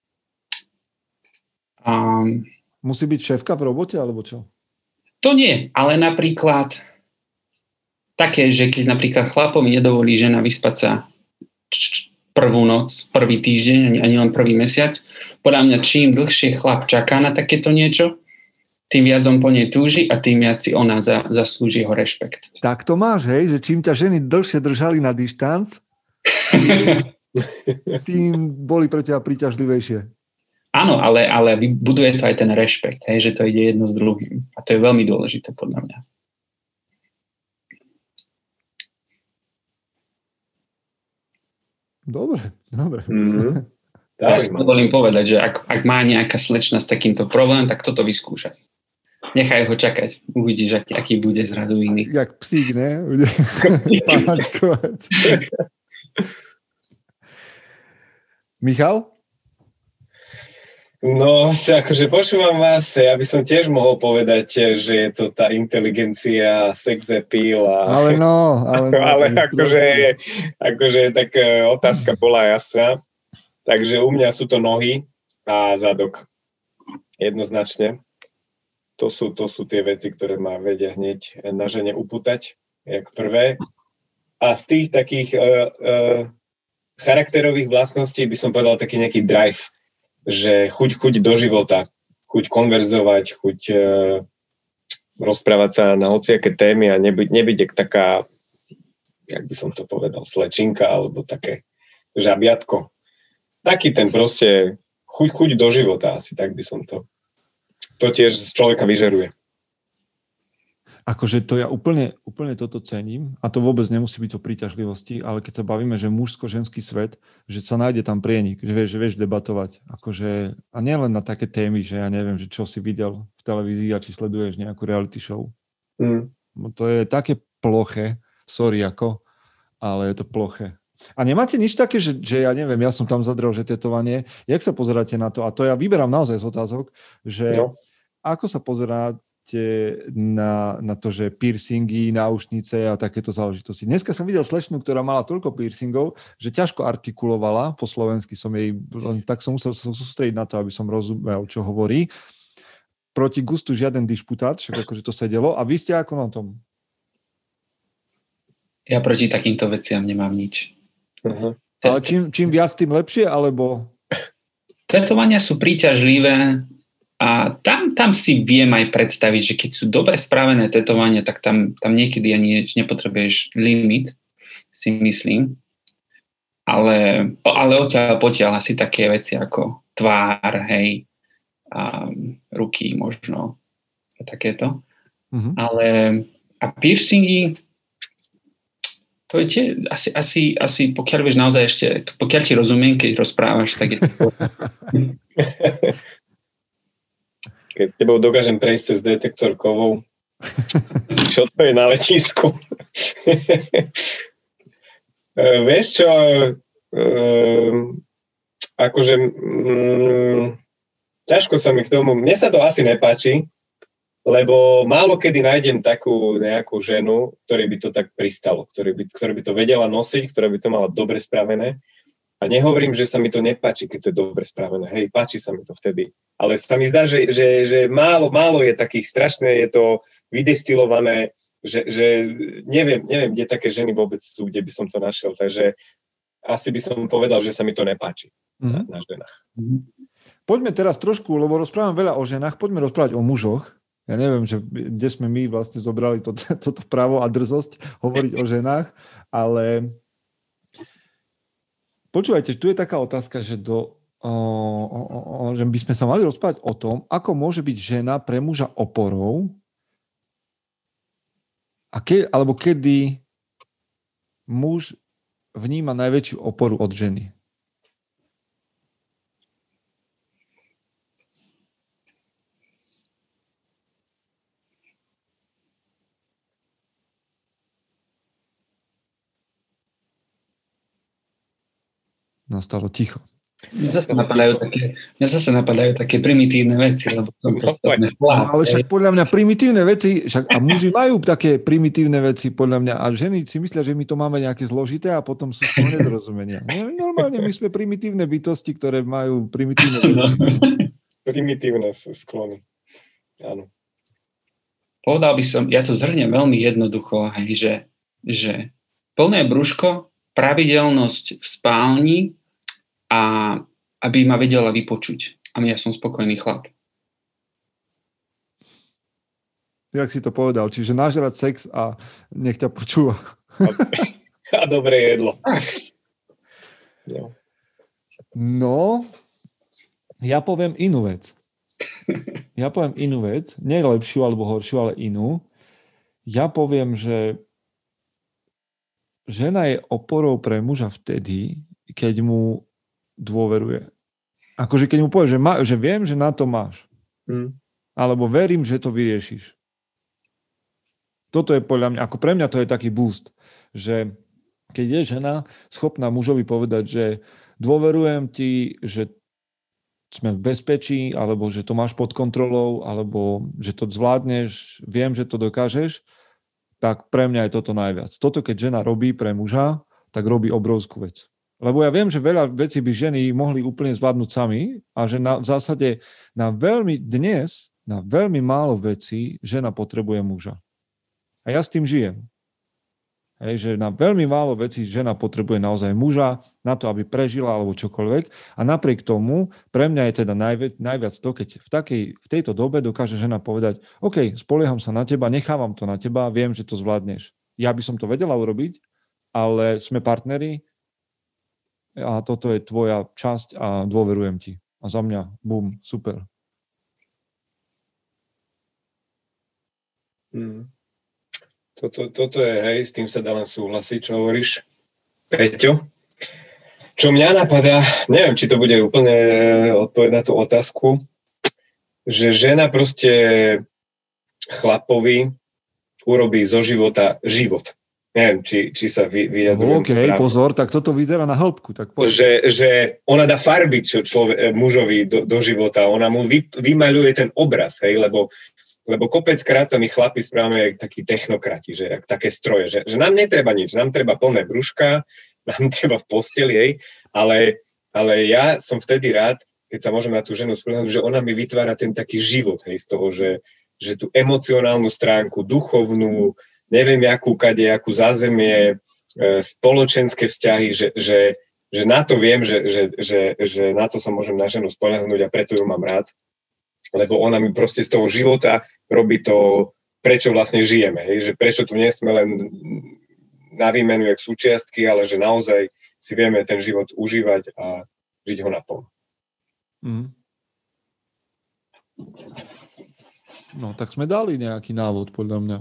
Um, Musí byť šéfka v robote, alebo čo? To nie, ale napríklad také, že keď napríklad chlapovi nedovolí žena vyspať sa prvú noc, prvý týždeň, ani len prvý mesiac, podľa mňa čím dlhšie chlap čaká na takéto niečo, tým viac on po nej túži a tým viac si ona za, zaslúži jeho rešpekt. Tak to máš, hej, že čím ťa ženy dlhšie držali na dištanc, tým boli pre teba príťažlivejšie. Áno, ale, ale buduje to aj ten rešpekt, hej, že to ide jedno s druhým. A to je veľmi dôležité podľa mňa. Dobre, dobre. Mm-hmm. Ja si dovolím povedať, že ak, ak má nejaká slečna s takýmto problémom, tak toto vyskúšaj. Nechaj ho čakať. Uvidíš, aký, aký bude zrazu iný. Jak psík, ne? Bude pánačkovať. Michal? No, akože počúvam vás, ja by som tiež mohol povedať, že je to tá inteligencia, sex appeal a... Ale no, ale no. ale akože, akože tak otázka bola jasná. Takže u mňa sú to nohy a zadok. Jednoznačne. To sú, to sú tie veci, ktoré ma vedia hneď na žene upútať, jak prvé. A z tých takých uh, uh, charakterových vlastností by som povedal taký nejaký drive, že chuť, chuť do života, chuť konverzovať, chuť uh, rozprávať sa na hociaké témy a nebyť, nebyť taká, jak by som to povedal, slečinka alebo také žabiatko. Taký ten proste chuť, chuť do života, asi tak by som to. To tiež z človeka vyžeruje. Akože to ja úplne, úplne toto cením a to vôbec nemusí byť o príťažlivosti, ale keď sa bavíme, že mužsko-ženský svet, že sa nájde tam prienik, že vieš, že vieš debatovať. Akože, a nielen na také témy, že ja neviem, že čo si videl v televízii a či sleduješ nejakú reality show. Mm. To je také ploché, sorry ako, ale je to ploché. A nemáte nič také, že, že ja neviem, ja som tam zadrel, že tetovanie, jak sa pozeráte na to? A to ja vyberám naozaj z otázok, že no. Ako sa pozeráte na, na to, že piercingy, náušnice a takéto záležitosti. Dneska som videl slečnu, ktorá mala toľko piercingov, že ťažko artikulovala, po slovensky som jej, tak som musel sa sústrediť na to, aby som rozumel, čo hovorí. Proti gustu žiaden dišputát, však akože to sedelo. A vy ste ako na tom? Ja proti takýmto veciam nemám nič. Uh-huh. Ale čím, čím viac, tým lepšie, alebo? Tetovania sú príťažlivé a tam, tam si viem aj predstaviť, že keď sú dobre spravené tetovania, tak tam, tam niekedy ani nepotrebuješ limit, si myslím. Ale, ale odtiaľ potiaľ asi také veci ako tvár, hej, a ruky možno, a takéto. Uh-huh. Ale a piercingy, to je tie, asi, asi, asi pokiaľ vieš naozaj ešte, pokiaľ ti rozumiem, keď rozprávaš, tak je to... Keď s tebou dokážem prejsť cez detektor kovov, čo to je na letisku? Vieš čo, akože mm, ťažko sa mi k tomu, mne sa to asi nepáči, lebo málo kedy nájdem takú nejakú ženu, ktorej by to tak pristalo, ktorý by, ktorá by to vedela nosiť, ktorá by to mala dobre spravené. A nehovorím, že sa mi to nepáči, keď to je dobre spravené. Hej, páči sa mi to vtedy. Ale sa mi zdá, že, že, že málo, málo je takých, strašné je to vydestilované, že, že neviem, neviem, kde také ženy vôbec sú, kde by som to našiel. Takže asi by som povedal, že sa mi to nepáči mm-hmm. na, na ženách. Poďme teraz trošku, lebo rozprávam veľa o ženách, poďme rozprávať o mužoch. Ja neviem, že kde sme my vlastne zobrali to, toto právo a drzosť hovoriť o ženách, ale počúvajte, tu je taká otázka, že, do, o, o, o, že by sme sa mali rozprávať o tom, ako môže byť žena pre muža oporou a ke, alebo kedy muž vníma najväčšiu oporu od ženy. Nastalo ticho. Mňa zase napadajú také, mňa zase napadajú také primitívne veci, lebo som podstatne no, ale však podľa mňa primitívne veci, však a muži majú také primitívne veci, podľa mňa, a ženy si myslia, že my to máme nejaké zložité a potom sú to nedorozumenia. Normálne my sme primitívne bytosti, ktoré majú primitívne bytosti. Primitívne sklony. Áno. Povedal by som, ja to zhrniem veľmi jednoducho, hej, že, že plné brúško, pravidelnosť v spálni, a aby ma vedela vypočuť. A ja som spokojný chlap. Jak si to povedal? Čiže nažrať sex a nech ťa počúva. A dobré jedlo. No. no, ja poviem inú vec. Ja poviem inú vec. Nie lepšiu alebo horšiu, ale inú. Ja poviem, že žena je oporou pre muža vtedy, keď mu dôveruje. Akože keď mu povie, že, ma, že viem, že na to máš. Mm. Alebo verím, že to vyriešiš. Toto je podľa mňa, ako pre mňa to je taký boost, že keď je žena schopná mužovi povedať, že dôverujem ti, že sme v bezpečí, alebo že to máš pod kontrolou, alebo že to zvládneš, viem, že to dokážeš, tak pre mňa je toto najviac. Toto, keď žena robí pre muža, tak robí obrovskú vec. Lebo ja viem, že veľa vecí by ženy mohli úplne zvládnuť sami a že na, v zásade na veľmi dnes, na veľmi málo vecí žena potrebuje muža. A ja s tým žijem. Hej, že na veľmi málo vecí žena potrebuje naozaj muža na to, aby prežila alebo čokoľvek. A napriek tomu, pre mňa je teda najviac, najviac to, keď v, takej, v tejto dobe dokáže žena povedať, OK, spolieham sa na teba, nechávam to na teba, viem, že to zvládneš. Ja by som to vedela urobiť, ale sme partneri a toto je tvoja časť a dôverujem ti. A za mňa, bum, super. Hmm. Toto, toto je, hej, s tým sa dá len súhlasiť, čo hovoríš, Peťo. Čo mňa napadá, neviem, či to bude úplne odpovedať na tú otázku, že žena proste chlapovi urobí zo života život. Neviem, či, či sa vy, vyjadrujem okay, správne. Pozor, tak toto vyzerá na hĺbku. Tak že, že ona dá farbiť čo človek, mužovi do, do života, ona mu vy, vymaľuje ten obraz, hej, lebo Lebo kopeckrát sa my chlapi správame jak takí technokrati, že jak také stroje, že, že nám netreba nič, nám treba plné brúška, nám treba v posteli, hej, ale, ale ja som vtedy rád, keď sa môžem na tú ženu spoľahnúť, že ona mi vytvára ten taký život, hej, z toho, že, že tú emocionálnu stránku, duchovnú, neviem, jakú kade, jakú zázemie, spoločenské vzťahy, že, že, že na to viem, že, že, že, že na to sa môžem na ženu spoľahnúť a preto ju mám rád. Lebo ona mi proste z toho života robí to, prečo vlastne žijeme. Hej? Že prečo tu nie sme len na výmenu jak súčiastky, ale že naozaj si vieme ten život užívať a žiť ho naplno. Mm. No, tak sme dali nejaký návod, podľa mňa.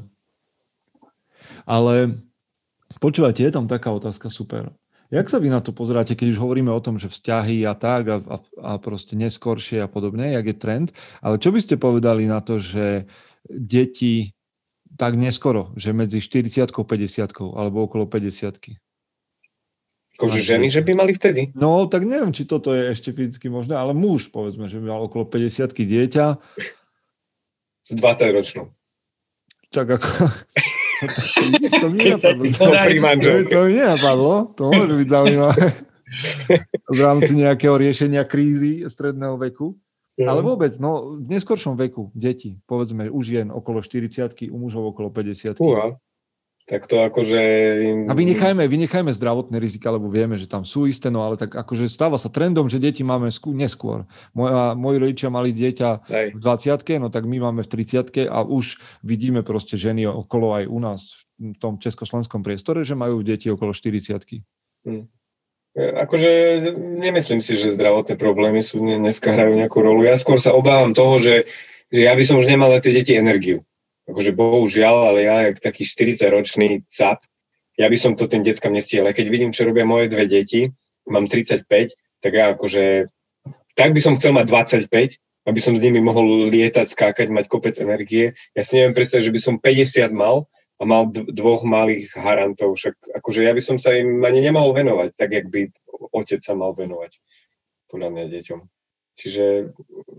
Ale počúvajte, je tam taká otázka super. Jak sa vy na to pozeráte, keď už hovoríme o tom, že vzťahy a tak a, a, a proste neskoršie a podobne, jak je trend, ale čo by ste povedali na to, že deti tak neskoro, že medzi štyridsiatkou a päťdesiatkou alebo okolo päťdesiatky? Akože ženy, že by mali vtedy? No, tak neviem, či toto je ešte fyzicky možné, ale muž, povedzme, že by mal okolo päťdesiatky dieťa. S dvadsaťročnou. Tak ako... To mi nenapadlo. To, to mi nenapadlo. To môže byť zaujímavé. V rámci nejakého riešenia krízy stredného veku. Mm. Ale vôbec, no v neskoršom veku deti, povedzme u žien okolo štyridsiatky, u mužov okolo päťdesiatky. Uha. Tak to akože... A vynechajme, vynechajme zdravotné rizika, lebo vieme, že tam sú isté, no ale tak akože stáva sa trendom, že deti máme skú, neskôr. Moja, moji rodičia mali dieťa Aj. v dvadsiatke, no tak my máme v tridsiatke a už vidíme proste ženy okolo aj u nás v tom československom priestore, že majú deti okolo štyridsiatky. Hmm. Akože nemyslím si, že zdravotné problémy sú dneska hrajú nejakú rolu. Ja skôr sa obávam toho, že, že ja by som už nemal na tie deti energiu. Akože bohužiaľ, ale ja, jak taký štyridsaťročný cap, ja by som to tým deckám nestiel. A keď vidím, čo robia moje dve deti, mám tridsaťpäť, tak ja akože, tak by som chcel mať dvadsaťpäť, aby som s nimi mohol lietať, skákať, mať kopec energie. Ja si neviem predstaviť, že by som päťdesiat mal a mal d- dvoch malých harantov. Však akože ja by som sa im ani nemohol venovať, tak jak by otec sa mal venovať podľa mňa deťom. Čiže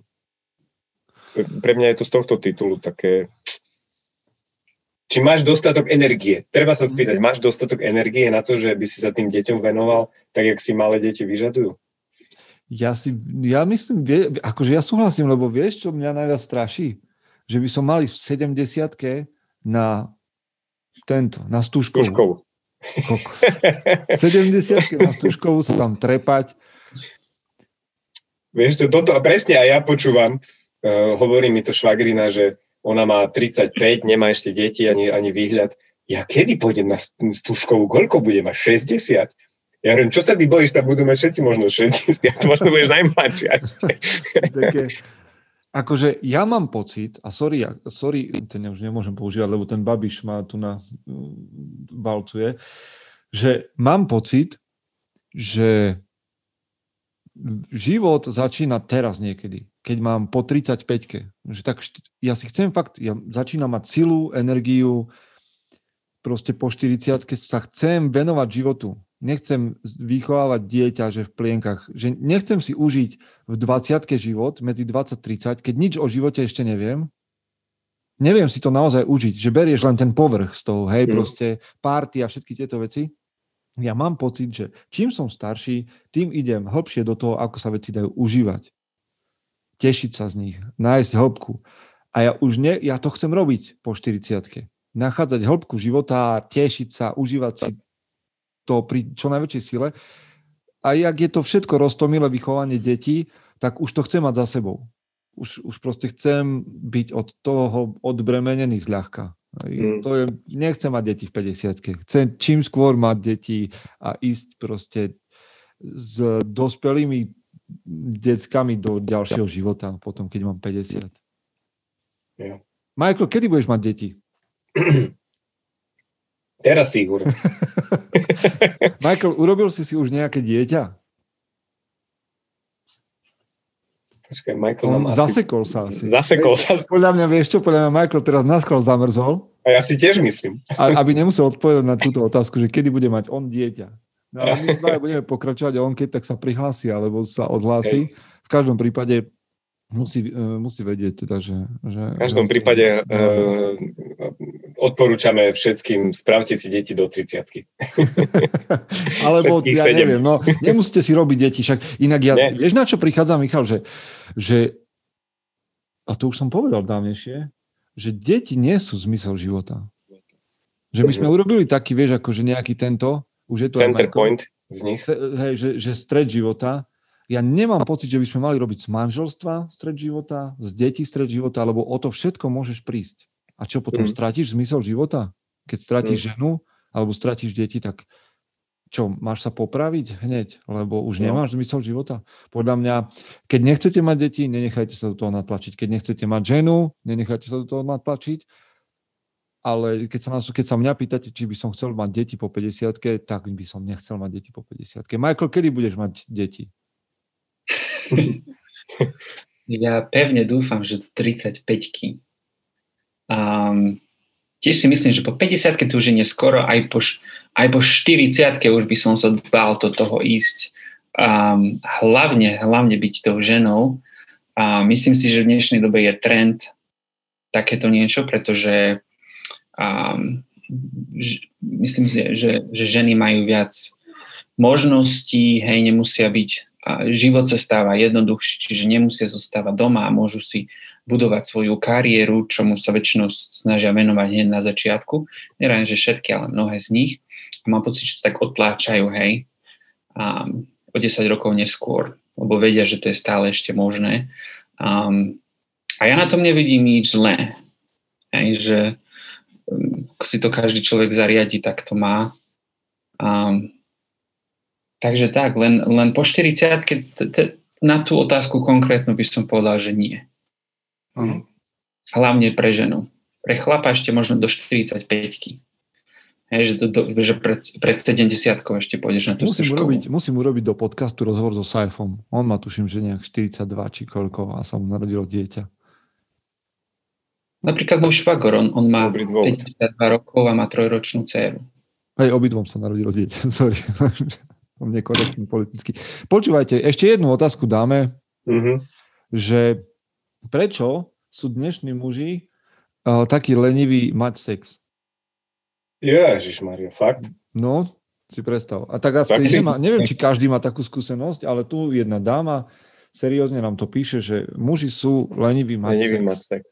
pre mňa je to z tohto titulu také... Či máš dostatok energie? Treba sa spýtať, máš dostatok energie na to, že by si sa tým deťom venoval, tak jak si malé deti vyžadujú? Ja si, ja myslím, vie, akože ja súhlasím, lebo vieš, čo mňa najviac straší? Že by som mali v sedemdesiatke na tento, na Stužkovú. Stužkovú. V sedemdesiatke na Stužkovú sa tam trepať. Vieš čo, toto presne aj ja počúvam. Uh, hovorí mi to švagrina, že ona má tridsaťpäť, nemá ešte deti ani, ani výhľad. Ja kedy pôjdem na Stužkovú? Koľko budem mať? šesťdesiat? Ja hovorím, čo sa ty bojíš? Tam budú mať všetci možno šesťdesiat. Možno budeš najmladšia. Také, akože ja mám pocit, a sorry, sorry, ten už nemôžem používať, lebo ten Babiš ma tu na valcuje, že mám pocit, že život začína teraz niekedy, keď mám po tridsaťpäťke. Že tak, ja si chcem fakt, ja začínam mať silu, energiu, proste po štyridsiatke sa chcem venovať životu. Nechcem vychovávať dieťa, že v plienkach, že nechcem si užiť v dvadsiatke život, medzi dvadsať tridsať, keď nič o živote ešte neviem. Neviem si to naozaj užiť, že berieš len ten povrch z toho, hej, mm. proste party a všetky tieto veci. Ja mám pocit, že čím som starší, tým idem hlbšie do toho, ako sa veci dajú užívať. Tešiť sa z nich, nájsť hĺbku. A ja už ne, ja to chcem robiť po štyridsiatke. nachádzať hĺbku života, tešiť sa, užívať si to pri čo najväčšej sile. A jak je to všetko roztomilé vychovanie detí, tak už to chcem mať za sebou. Už, už proste chcem byť od toho odbremenený zľahka. Mm. To je, nechcem mať deti v päťdesiatke. Chcem čím skôr mať deti a ísť proste s dospelými deckami do ďalšieho života, potom keď mám päťdesiat. Yeah. Michael, kedy budeš mať deti? Teraz si ich urobil. Michael, urobil si si už nejaké dieťa? Počkaj, Michael On nám zasekol asi... sa asi. Zasekol sa. Podľa mňa, vieš čo, podľa mňa Michael teraz naskôr zamrzol. A ja si tiež myslím. A, aby nemusel odpovedať na túto otázku, že kedy bude mať on dieťa. No ale my dva budeme pokračovať a on keď tak sa prihlási alebo sa odhlási. V každom prípade musí, musí vedieť teda, že... že v každom prípade uh, odporúčame všetkým, spravte si deti do tridsiatky. Alebo, ja neviem, no, nemusíte si robiť deti, však inak ja, ne. Vieš na čo prichádza, Michal, že, že, a to už som povedal dávnejšie, že deti nie sú zmysel života. Že my sme urobili taký, vieš, akože nejaký tento, už je to center point z nich. Hej, že, že stred života. Ja nemám pocit, že by sme mali robiť z manželstva stred života, z detí stred života, lebo o to všetko môžeš prísť. A čo potom, mm. stratíš zmysel života? Keď stratíš mm. ženu, alebo stratíš deti, tak čo, máš sa popraviť hneď? Lebo už no. nemáš zmysel života. Podľa mňa, keď nechcete mať deti, nenechajte sa do toho natlačiť. Keď nechcete mať ženu, nenechajte sa do toho natlačiť. Ale keď sa, nás, keď sa mňa pýtate, či by som chcel mať deti po päťdesiatke, tak by som nechcel mať deti po päťdesiatke. Michael, kedy budeš mať deti? Ja pevne dúfam, že do tridsaťpäťky. Um, tiež si myslím, že po päťdesiatke to už je neskoro, aj po, aj po štyridsiatke už by som sa dbal do toho ísť. Um, hlavne, hlavne byť tou ženou. A myslím si, že v dnešnej dobe je trend takéto niečo, pretože um, ž, myslím si, že, že ženy majú viac možností, hej, nemusia byť a život sa stáva jednoduchší, čiže nemusia zostávať doma a môžu si budovať svoju kariéru, čomu sa väčšinou snažia venovať hneď na začiatku. Nerajím, že všetky, ale mnohé z nich. A mám pocit, že to tak otláčajú, hej, um, o desať rokov neskôr, lebo vedia, že to je stále ešte možné. Um, a ja na tom nevidím nič zlé. Hej, že um, ako si to každý človek zariadi, tak to má. Um, Takže tak, len, len po štyridsiatke t- t- na tú otázku konkrétnu by som povedal, že nie. Uh-huh. Hlavne pre ženu. Pre chlapa ešte možno do štyridsaťpäťky. Hej, že, do, do, že pred, pred sedemdesiatkou ešte pôjdeš na tú musím urobiť, musím urobiť do podcastu rozhovor so Saifom. On má tuším, že nejak štyridsaťdva či koľko a sa mu narodilo dieťa. Napríklad môj švagor, on, on má päťdesiatdva rokov a má trojročnú dcéru. Hej, obidvom sa narodilo dieťa, sorry. Nekorektný politicky. Počúvajte, ešte jednu otázku dáme, uh-huh. že prečo sú dnešní muži uh, takí leniví mať sex? Ježišmaria, fakt? No, si predstav. A tak asi nemá, neviem, či každý má takú skúsenosť, ale tu jedna dáma seriózne nám to píše, že muži sú leniví mať leniví sex. Mať sex.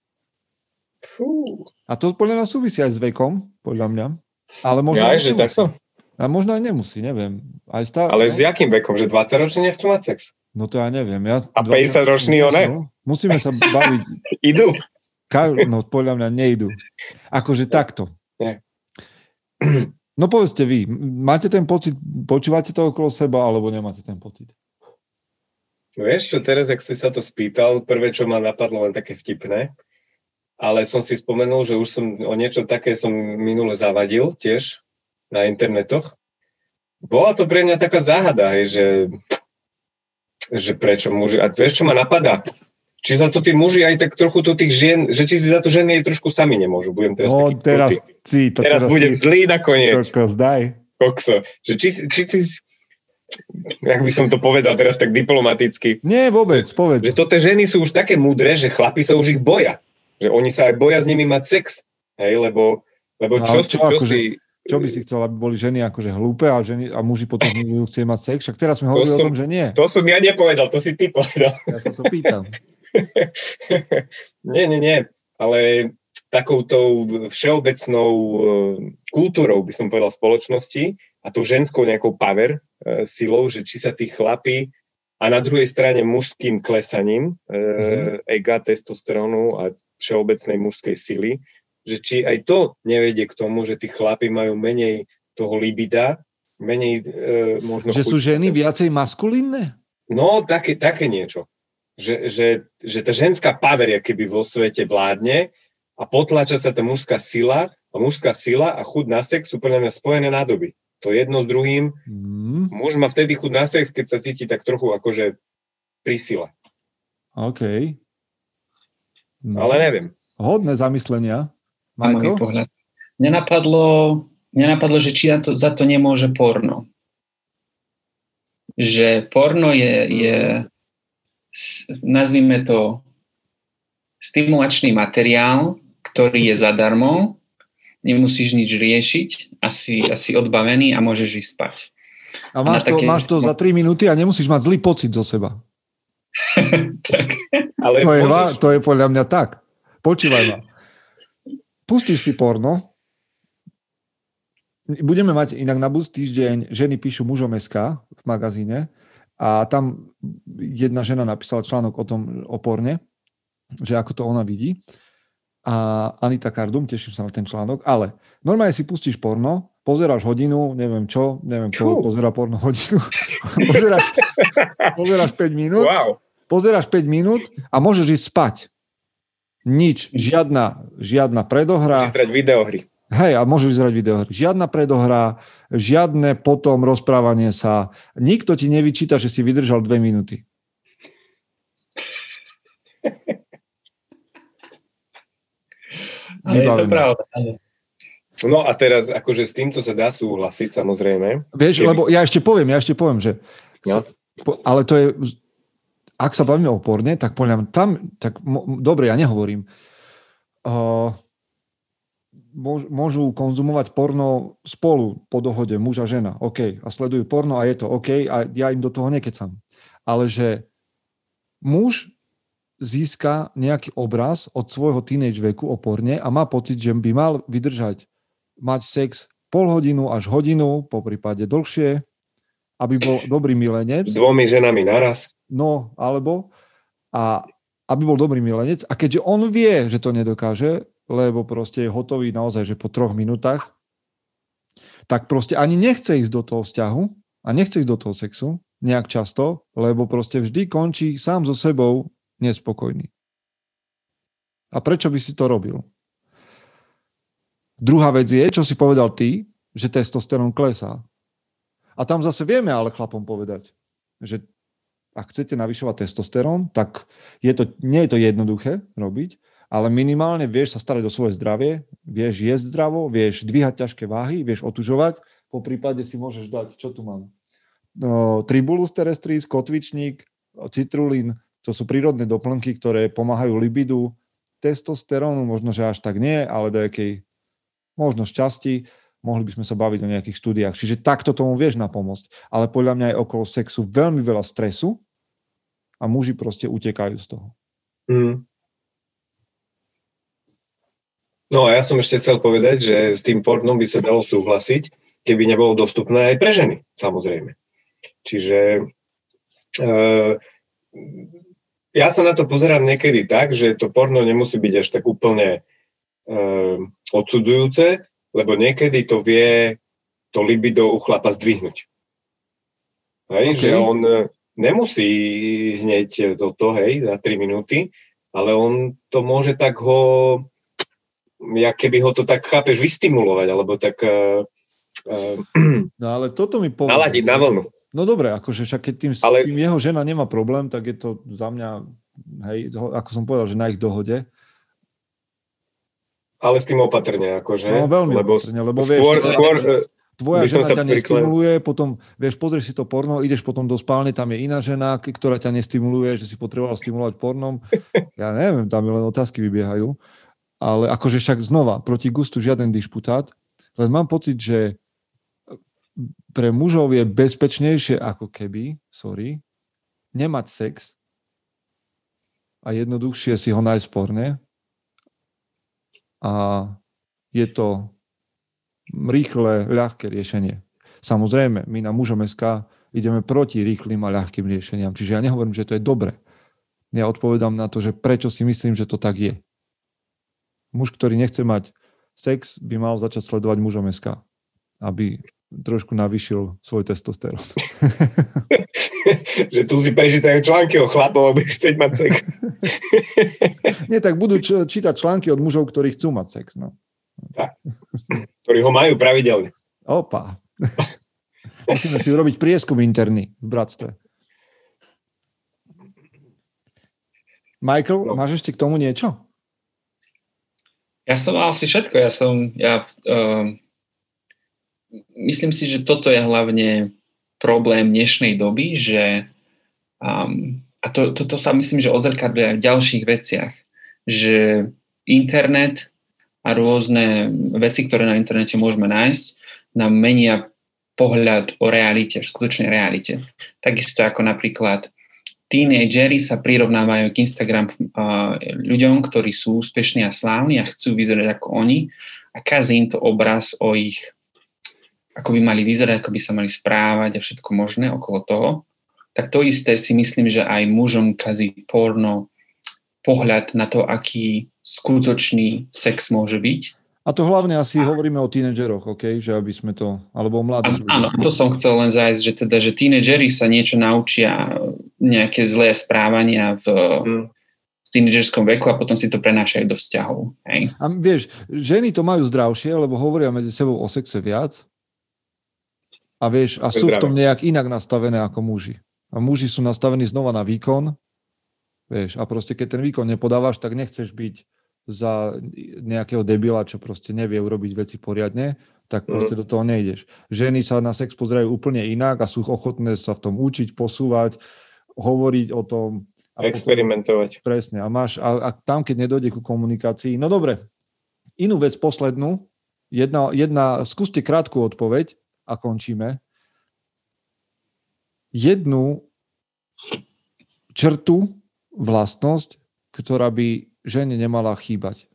Fú. A to podľa mňa súvisí aj s vekom, podľa mňa. Ale možno ja, že takto? A možno aj nemusí, neviem. Aj stále, ale no? S jakým vekom? Že dvadsaťročný nechcú mať sex? No to ja neviem. Ja a päťdesiatročný one? Musíme sa baviť. Idú? Ka- no podľa mňa neidú. Akože takto. Nie. No povedzte vy, máte ten pocit, počúvate to okolo seba, alebo nemáte ten pocit? No vieš čo, teraz, ak si sa to spýtal, prvé, čo ma napadlo, len také vtipné, ale som si spomenul, že už som o niečo také som minule zavadil tiež na internetoch. Bola to pre mňa taká záhada, hej, že, že prečo muži... A vieš, čo ma napadá? Či za to tí muži aj tak trochu to tých žien, že či si za to ženy aj trošku sami nemôžu. Budem teraz no, taký teraz, si, to teraz, teraz budem si... zlý nakoniec. Kokos, daj. Kokso. Že či, či ty... Jak by som to povedal teraz tak diplomaticky. Nie, vôbec, povedz. Že toto ženy sú už také múdre, že chlapi sa už ich boja. Že oni sa aj boja s nimi mať sex. Hej, lebo, lebo no, čo, čo, čo, čo akože... si... Čo by si chcel, aby boli ženy akože hlúpe a, ženy, a muži potom nebudú chcieť mať sex? Však teraz sme hovorili o tom, že nie. To som ja nepovedal, to si ty povedal. Ja sa to pýtam. nie, nie, nie. Ale takoutou všeobecnou kultúrou, by som povedal, spoločnosti a tou ženskou nejakou power silou, že či sa tí chlapi a na druhej strane mužským klesaním mm-hmm. ega, testosterónu a všeobecnej mužskej sily, že či aj to nevedie k tomu, že tí chlapi majú menej toho libida, menej e, možno... Že sú ženy viacej maskulínne? No, také, také niečo. Že, že, že tá ženská power, keby vo svete vládne a potláča sa tá mužská sila a mužská sila a chuť na sex sú podľa mňa spojené nádoby. To jedno s druhým. Mm. Muž má vtedy chuť na sex, keď sa cíti tak trochu akože pri sile. OK. No. Ale neviem. Hodné zamyslenia. Majko? Nenapadlo, nenapadlo, že či to, za to nemôže porno. Že porno je, je nazvime to stimulačný materiál, ktorý je zadarmo, nemusíš nič riešiť, asi, asi odbavený a môžeš ísť spať. A máš, a to, také... máš to za tri minúty a nemusíš mať zlý pocit zo seba. Tak. Ale to, je, môžeš... to je podľa mňa tak. Počúvaj ma. Pustíš si porno. Budeme mať inak na budúci týždeň Ženy píšu mužom bodka es ká v magazíne a tam jedna žena napísala článok o tom, o porne, že ako to ona vidí. A Anita Kardum, teším sa na ten článok, ale normálne si pustíš porno, pozeráš hodinu, neviem čo, neviem čo, pozerá porno hodinu, pozeráš, pozeráš päť minút, wow. pozeráš päť minút a môžeš ísť spať. Nič, žiadna, žiadna predohra. Môžeš hrať videohry. Hej, a môžeš hrať videohry. Žiadna predohra, žiadne potom rozprávanie sa. Nikto ti nevyčíta, že si vydržal dve minúty. Ale je to pravda. No a teraz, akože s týmto sa dá súhlasiť, samozrejme. Vieš, keby... lebo ja ešte poviem, ja ešte poviem, že... No. Ale to je... Ak sa bavíme o porne, tak podľa mňa tam... Tak, dobre, ja nehovorím. Uh, môžu konzumovať porno spolu po dohode, muž a žena. OK. A sledujú porno a je to OK. A ja im do toho nekecam. Ale že muž získa nejaký obraz od svojho teenage veku o porne a má pocit, že by mal vydržať mať sex pol hodinu až hodinu, po prípade dlhšie, aby bol dobrý milenec. S dvomi ženami naraz. No, alebo a aby bol dobrý milenec. A keďže on vie, že to nedokáže, lebo proste je hotový naozaj, že po troch minútach, tak proste ani nechce ísť do toho vzťahu a nechce ísť do toho sexu nejak často, lebo proste vždy končí sám so sebou nespokojný. A prečo by si to robil? Druhá vec je, čo si povedal ty, že testosterón klesá. A tam zase vieme ale chlapom povedať, že ak chcete navyšovať testosterón, tak je to, nie je to jednoduché robiť, ale minimálne vieš sa starať o svoje zdravie, vieš jesť zdravo, vieš dvíhať ťažké váhy, vieš otužovať, po prípade si môžeš dať, čo tu mám? No, Tribulus terrestris, kotvičník, citrulín, to sú prírodné doplnky, ktoré pomáhajú libidu, testosterónu, možno, že až tak nie, ale do jakej možno šťastí, mohli by sme sa baviť o nejakých štúdiách. Čiže takto tomu vieš napomôcť. Ale podľa mňa je okolo sexu veľmi veľa stresu a muži proste utekajú z toho. Mm. No a ja som ešte chcel povedať, že s tým pornom by sa dalo súhlasiť, keby nebolo dostupné aj pre ženy, samozrejme. Čiže uh, ja sa na to pozerám niekedy tak, že to porno nemusí byť až tak úplne uh, odsudzujúce, lebo niekedy to vie to libido u chlapa zdvihnúť. Hej, okay. Že on nemusí hneď toto, hej, za tri minúty, ale on to môže tak ho, jak keby ho to tak, chápeš, vystimulovať, alebo tak uh, uh, no ale toto mi povedal. Naladiť na vlnu. No dobre, akože však keď tým, ale... tým jeho žena nemá problém, tak je to za mňa, hej, ako som povedal, že na ich dohode. Ale s tým opatrne, akože. No veľmi lebo opatrne, lebo skôr, vieš, skôr, tvoja žena ťa nestimuluje, potom, vieš, pozrieš si to porno, ideš potom do spálne, tam je iná žena, ktorá ťa nestimuluje, že si potreboval stimulovať pornom. Ja neviem, tam len otázky vybiehajú. Ale akože však znova, proti gustu žiaden dišputát, len mám pocit, že pre mužov je bezpečnejšie ako keby, sorry, nemať sex a jednoduchšie si ho nájsť v porne a je to rýchle, ľahké riešenie. Samozrejme, my na mužom bodka es ká ideme proti rýchlym a ľahkým riešeniam. Čiže ja nehovorím, že to je dobre. Ja odpovedám na to, že prečo si myslím, že to tak je. Muž, ktorý nechce mať sex, by mal začať sledovať mužom bodka es ká, aby trošku navýšil svoj testosterón. Že tu si prečítajú články o chlapov, aby chcieť mať sex. Nie, tak budú č- čítať články od mužov, ktorí chcú mať sex. No. Tak. Ktorí ho majú pravidelne. Opa. Musíme si urobiť prieskum interný v bratstve. Michael, no. Máš ešte k tomu niečo? Ja som mal asi všetko. Ja som... Ja, uh, myslím si, že toto je hlavne problém dnešnej doby, že um, a to, toto sa myslím, že odzrkadľuje aj v ďalších veciach, že internet a rôzne veci, ktoré na internete môžeme nájsť, nám menia pohľad o realite, v skutočnej realite. Takisto ako napríklad tínedžeri sa prirovnávajú k Instagram uh, ľuďom, ktorí sú úspešní a slávni a chcú vyzerať ako oni a kazí im to obraz o ich, ako by mali vyzerať, ako by sa mali správať a všetko možné okolo toho. Tak to isté si myslím, že aj mužom kazí porno pohľad na to, aký skutočný sex môže byť. A to hlavne asi a... hovoríme o tínedžeroch, okay? Že aby sme to, alebo o mladých. Áno, to som chcel len zájsť, že teda, že tínedžeri sa niečo naučia, nejaké zlé správania v, hmm. v tínedžerskom veku a potom si to prenášajú do vzťahov. Hej. A vieš, ženy to majú zdravšie, lebo hovoria medzi sebou o sexe viac a vieš, a sú v tom nejak inak nastavené ako muži. A muži sú nastavení znova na výkon, vieš, a proste keď ten výkon nepodávaš, tak nechceš byť za nejakého debila, čo proste nevie urobiť veci poriadne, tak proste mm. do toho nejdeš. Ženy sa na sex pozerajú úplne inak a sú ochotné sa v tom učiť, posúvať, hovoriť o tom. A experimentovať. Potom, presne. A, máš, a, a tam, keď nedojde ku komunikácii. No dobre, inú vec poslednú. Jedna, jedna, skúste krátku odpoveď a končíme. Jednu črtu, vlastnosť, ktorá by žene nemala chýbať.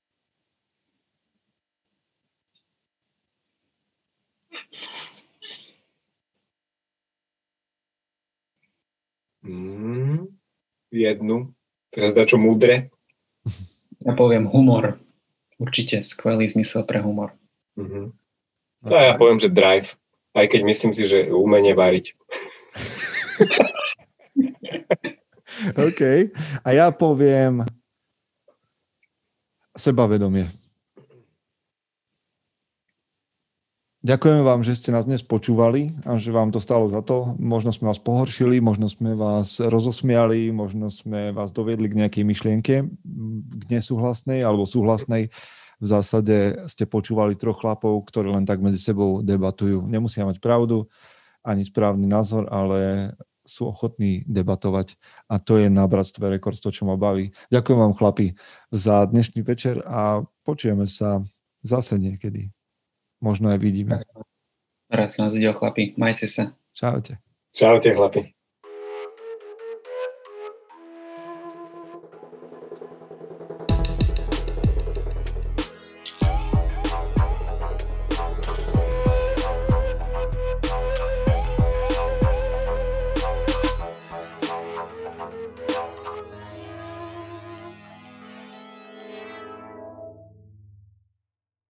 Mm, jednu. Teraz dá čo múdre. Ja poviem humor. Určite skvelý zmysel pre humor. Mm-hmm. To ja poviem, že drive. Aj keď myslím si, že umenie variť. OK. A ja poviem sebavedomie. Ďakujem vám, že ste nás dnes počúvali a že vám to stalo za to. Možno sme vás pohoršili, možno sme vás rozosmiali, možno sme vás doviedli k nejakej myšlienke, k nesúhlasnej alebo súhlasnej. V zásade ste počúvali troch chlapov, ktorí len tak medzi sebou debatujú. Nemusia mať pravdu ani správny názor, ale sú ochotní debatovať a to je na Bratstve Records to, čo ma baví. Ďakujem vám, chlapi, za dnešný večer a počujeme sa zase niekedy. Možno aj vidíme. Rád som vás videl, chlapi. Majte sa. Čaute. Čaute, chlapi.